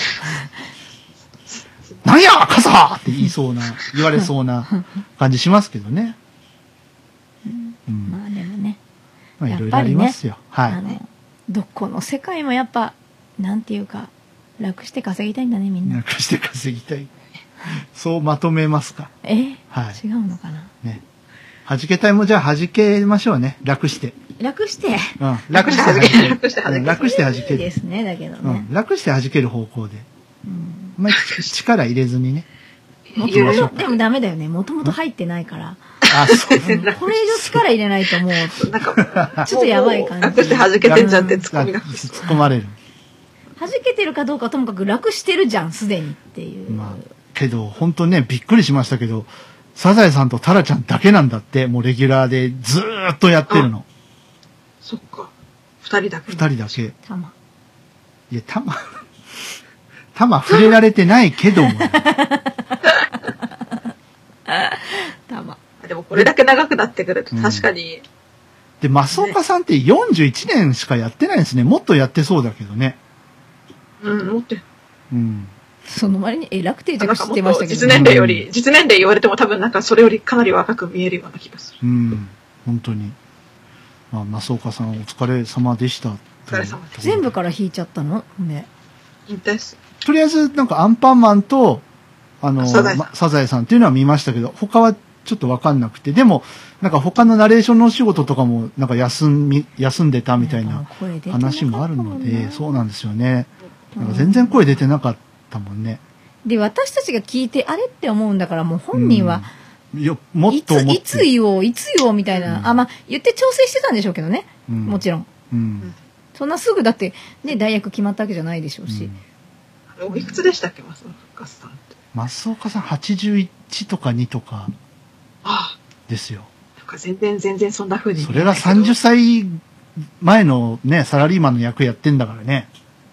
なんやカサーって言いそうな、言われそうな感じしますけどね。 うん、まあでもね。 まあいろいろありますよ。ね、はい。あの、 どこの世界もやっぱ、なんていうか、楽して稼ぎたいんだね、みんな。 楽して稼ぎたい。そうまとめますか。 えー、はい。違うのかな。 ね。弾けたいもじゃあ弾けましょうね。楽して。 楽して。 うん。楽して弾ける。楽して弾ける。楽して弾ける。いいですね、だけどね。 うん。楽して弾ける方向で。うん。まあ、力入れずにね。 もともと、でもダメだよね。もともと入ってないから。あ、そう。これ以上力入れないともう、なんか、ちょっとやばい感じ。 楽して弾けてんじゃんって突っ込みが。 突っ込まれる。 弾けてるかどうかともかく楽してるじゃん、すでにっていう。まあ、 けど、本当ね、びっくりしましたけど、サザエさんとタラちゃんだけなんだって、もうレギュラーでずーっとやってるの。 そっか。二人だけ。 二人だけ。 たま。 いや、たま、たま触れられてないけども、ね。 たま。 でもこれだけ長くなってくると確かに。うん、 で、増岡さんってよんじゅういちねんしかやってないんですね。もっとやってそうだけどね。 うん、もっと。 うん。 その割にえ楽定着してましたけど、ね、 実年齢より、実年齢言われても多分なんかそれよりかなり若く見えるような気がする。 うん。本当に。まあ、増岡さんお疲れ様でした。お疲れ様です。 全部から引いちゃったのね。 引退す。 とりあえず、なんかアンパンマンと、あの、サザエさん、ま、サザエさんっていうのは見ましたけど、他はちょっとわかんなくて、でも、なんか他のナレーションのお仕事とかも、なんか休み、休んでたみたいな話もあるので、そうなんですよね。なんか全然声出てなかったもんね。 で、私たちが聞いて、あれって思うんだから、もう本人は、 うん、よもっと思っていつ、いつ言おう、いつ言おうみたいな、うん、あ、まあ、言って調整してたんでしょうけどね。うん、もちろん。うん。そんなすぐだって、ね、代役決まったわけじゃないでしょうし。 うん、おいくつでしたっけ、増岡さんって。 増岡さんはちじゅういちとかにとか、ですよ。 なんか全然全然そんな風に。 それがさんじゅっさい前のね、サラリーマンの役やってんだからね。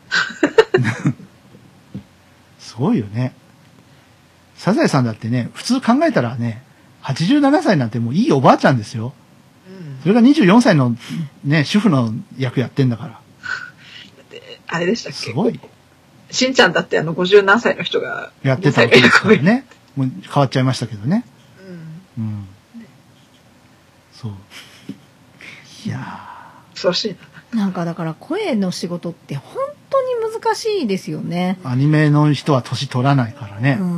すごいよね。サザエさんだってね、普通考えたらね、はちじゅうななさいなんてもういいおばあちゃんですよ。うん、それがにじゅうよんさいのね、主婦の役やってんだから。だって、あれでしたっけ？ すごい。 しんちゃんだってあのごじゅうなんさいの人がやってたわけですからね。もう変わっちゃいましたけどね。うん。うん。そう。いやー。 恐ろしいな。なんかだから声の仕事って本当に難しいですよね。 アニメの人は年取らないからね。 うん。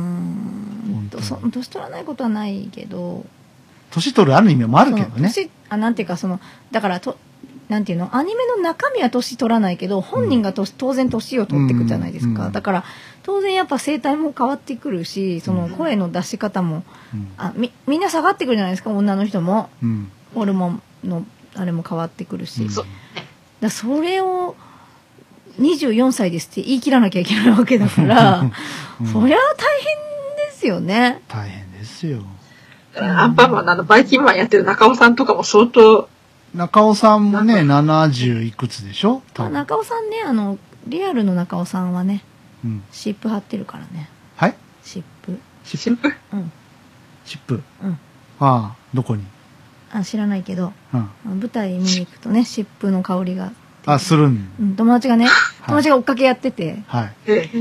そ年取らないことはないけど。 年取るある意味もあるけどね。 年、あ、なんていうかその、だからと、なんていうの、アニメの中身は年取らないけど、本人がと、うん、当然年を取っていくじゃないですか。うん、だから、当然やっぱ声帯も変わってくるし、その声の出し方も、うん、あみ、みんな下がってくるじゃないですか、女の人も。うん、ホルモンの、あれも変わってくるし。うん、だそれを、にじゅうよんさいですって言い切らなきゃいけないわけだから、うん、そりゃ大変ですよね。 大変ですよ。 アンパンマンのあの、バイキンマンやってる中尾さんとかも相当、 中尾さんもね、ななじゅういくつでしょ？ あ、中尾さんね、あの、リアルの中尾さんはね、うん、湿布貼ってるからね。 はい？ 湿布。 湿布？ うん。 湿布？ うん。 ああ、どこに？ あ、知らないけど、うん、舞台見に行くとね、湿布の香りが。 あ、するん、 うん、友達がね、友達が追っかけやってて、 はい。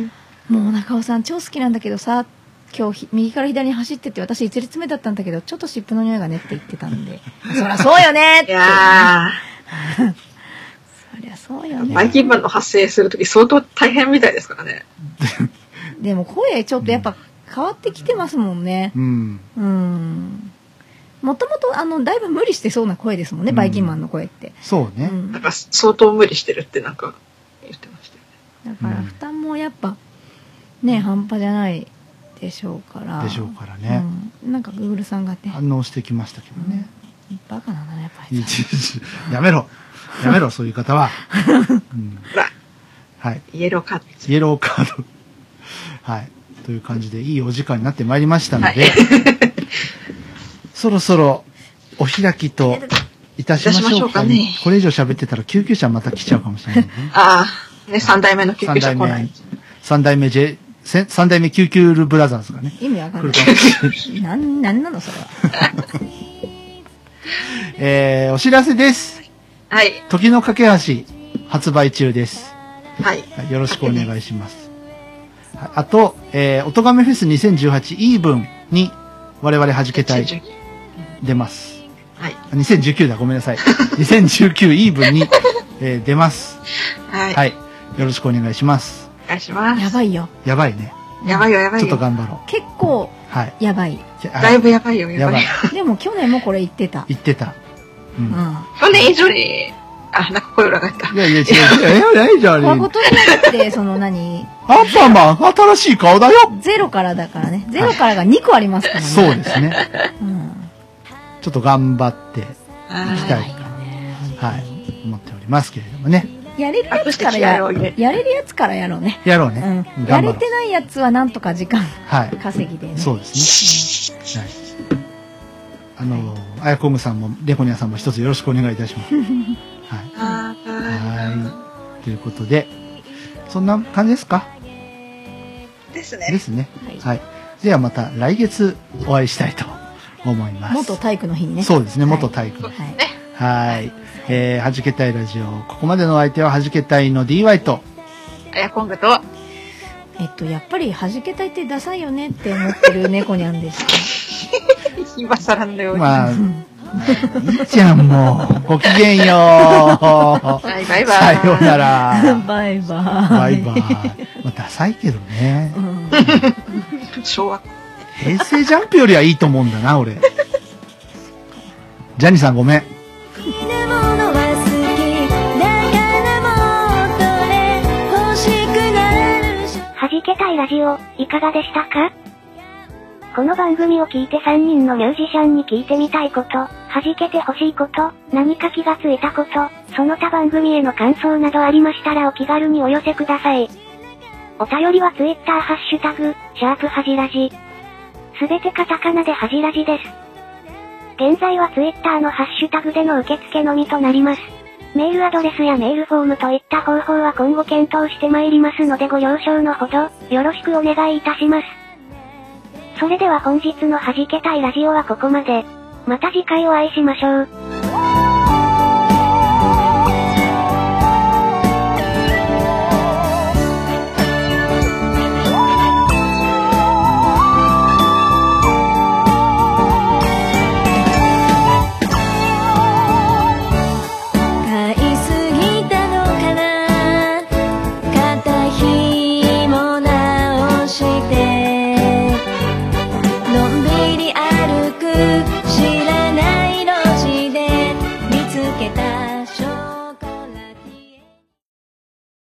もう中尾さん超好きなんだけどさ、今日右から左に走ってって私一列目だったんだけどちょっと湿布の匂いがねって言ってたんでそりゃそうよねって。 いやーそりゃそうよね。 バイキンマンの発生するとき相当大変みたいですからね。 でも声ちょっとやっぱ変わってきてますもんね。うん。うん。もともとあのだいぶ無理してそうな声ですもんね、うん、バイキンマンの声って。 そうね。 うん、なんか相当無理してるってなんか言ってましたよね。だから負担もやっぱね、半端じゃないでしょうから。 でしょうからね。 うん、なんかグーグルさんがね反応してきましたけどね。 うん、バカなんだねやっぱり。 やめろやめろそういう方は。うん、はい。 イエローカード。 イエローカード。はい。という感じでいいお時間になってまいりましたので、はい、そろそろお開きといたしましょうかね。これ以上喋ってたら救急車また来ちゃうかもしれないね。 ああ、ね、三代目の救急車来ない。 三代目 J、三代目救急ルブラザーズがね。 意味わかんない。なん、なんなのそれは。 えー、お知らせです。 はい。 時の架け橋発売中です。 はい。 よろしくお願いします。あと、えー、おとがめフェスにせんじゅうはちイーブンに我々はじけたい出ます。 はい。 にせんじゅうきゅうだ、ごめんなさい。にせんじゅうきゅうイーブンに、えー、出ます。 はい。 はい。よろしくお願いします。 お願いします。 やばいよ。 やばいね。 やばいよ、やばいよ。 ちょっと頑張ろう。結構、はい。やばい。 だいぶやばいよ、やばい。 でも去年もこれ言ってた。 言ってた。 うん。去年以上に、あ、なんか声裏返った。 いやいや、違う、違う、ないじゃん。 小言じゃなくて、その何アンパンマン、新しい顔だよ。 ゼロからだからね。ゼロからがにこありますからね。 そうですね。うん。ちょっと頑張っていきたいと、はい、思っておりますけれどもね。 やれるやつからやろう。やれるやつからやろうね。 やろうね。 うん。やれてないやつはなんとか時間稼ぎでね。 そうですね。はい。あの、あやこむさんも、レコニアさんも一つよろしくお願いいたします。はい。はい。ということで、そんな感じですか？ ですね。 ですね。はい。ではまた来月お会いしたいと思います。 元体育の日にね。 そうですね、元体育の日。はい。はい。えー、はじけたいラジオ。ここまでのお相手ははじけたいの ディーワイ と、 あやこんぐと、 えっと、やっぱりはじけたいってダサいよねって思ってる猫にゃんでした。 今更のように。 まあ、いいじゃん、もう。ごきげんよう。 バイバイバイ。 さようなら。 バイバイ。 バイバイ。まあ、ダサいけどね。うん、 昭和。 平成ジャンプよりはいいと思うんだな、俺。ジャニーさんごめん。 はじけたいラジオ、いかがでしたか？この番組を聞いてさんにんのミュージシャンに聞いてみたいこと、はじけてほしいこと、何か気がついたこと、その他番組への感想などありましたらお気軽にお寄せください。お便りはツイッターハッシュタグ、シャープはじラジ。すべてカタカナではじラジです。現在はツイッターのハッシュタグでの受付のみとなります。メールアドレスやメールフォームといった方法は今後検討してまいりますのでご了承のほど、よろしくお願いいたします。それでは本日のはじけたいラジオはここまで。また次回お会いしましょう。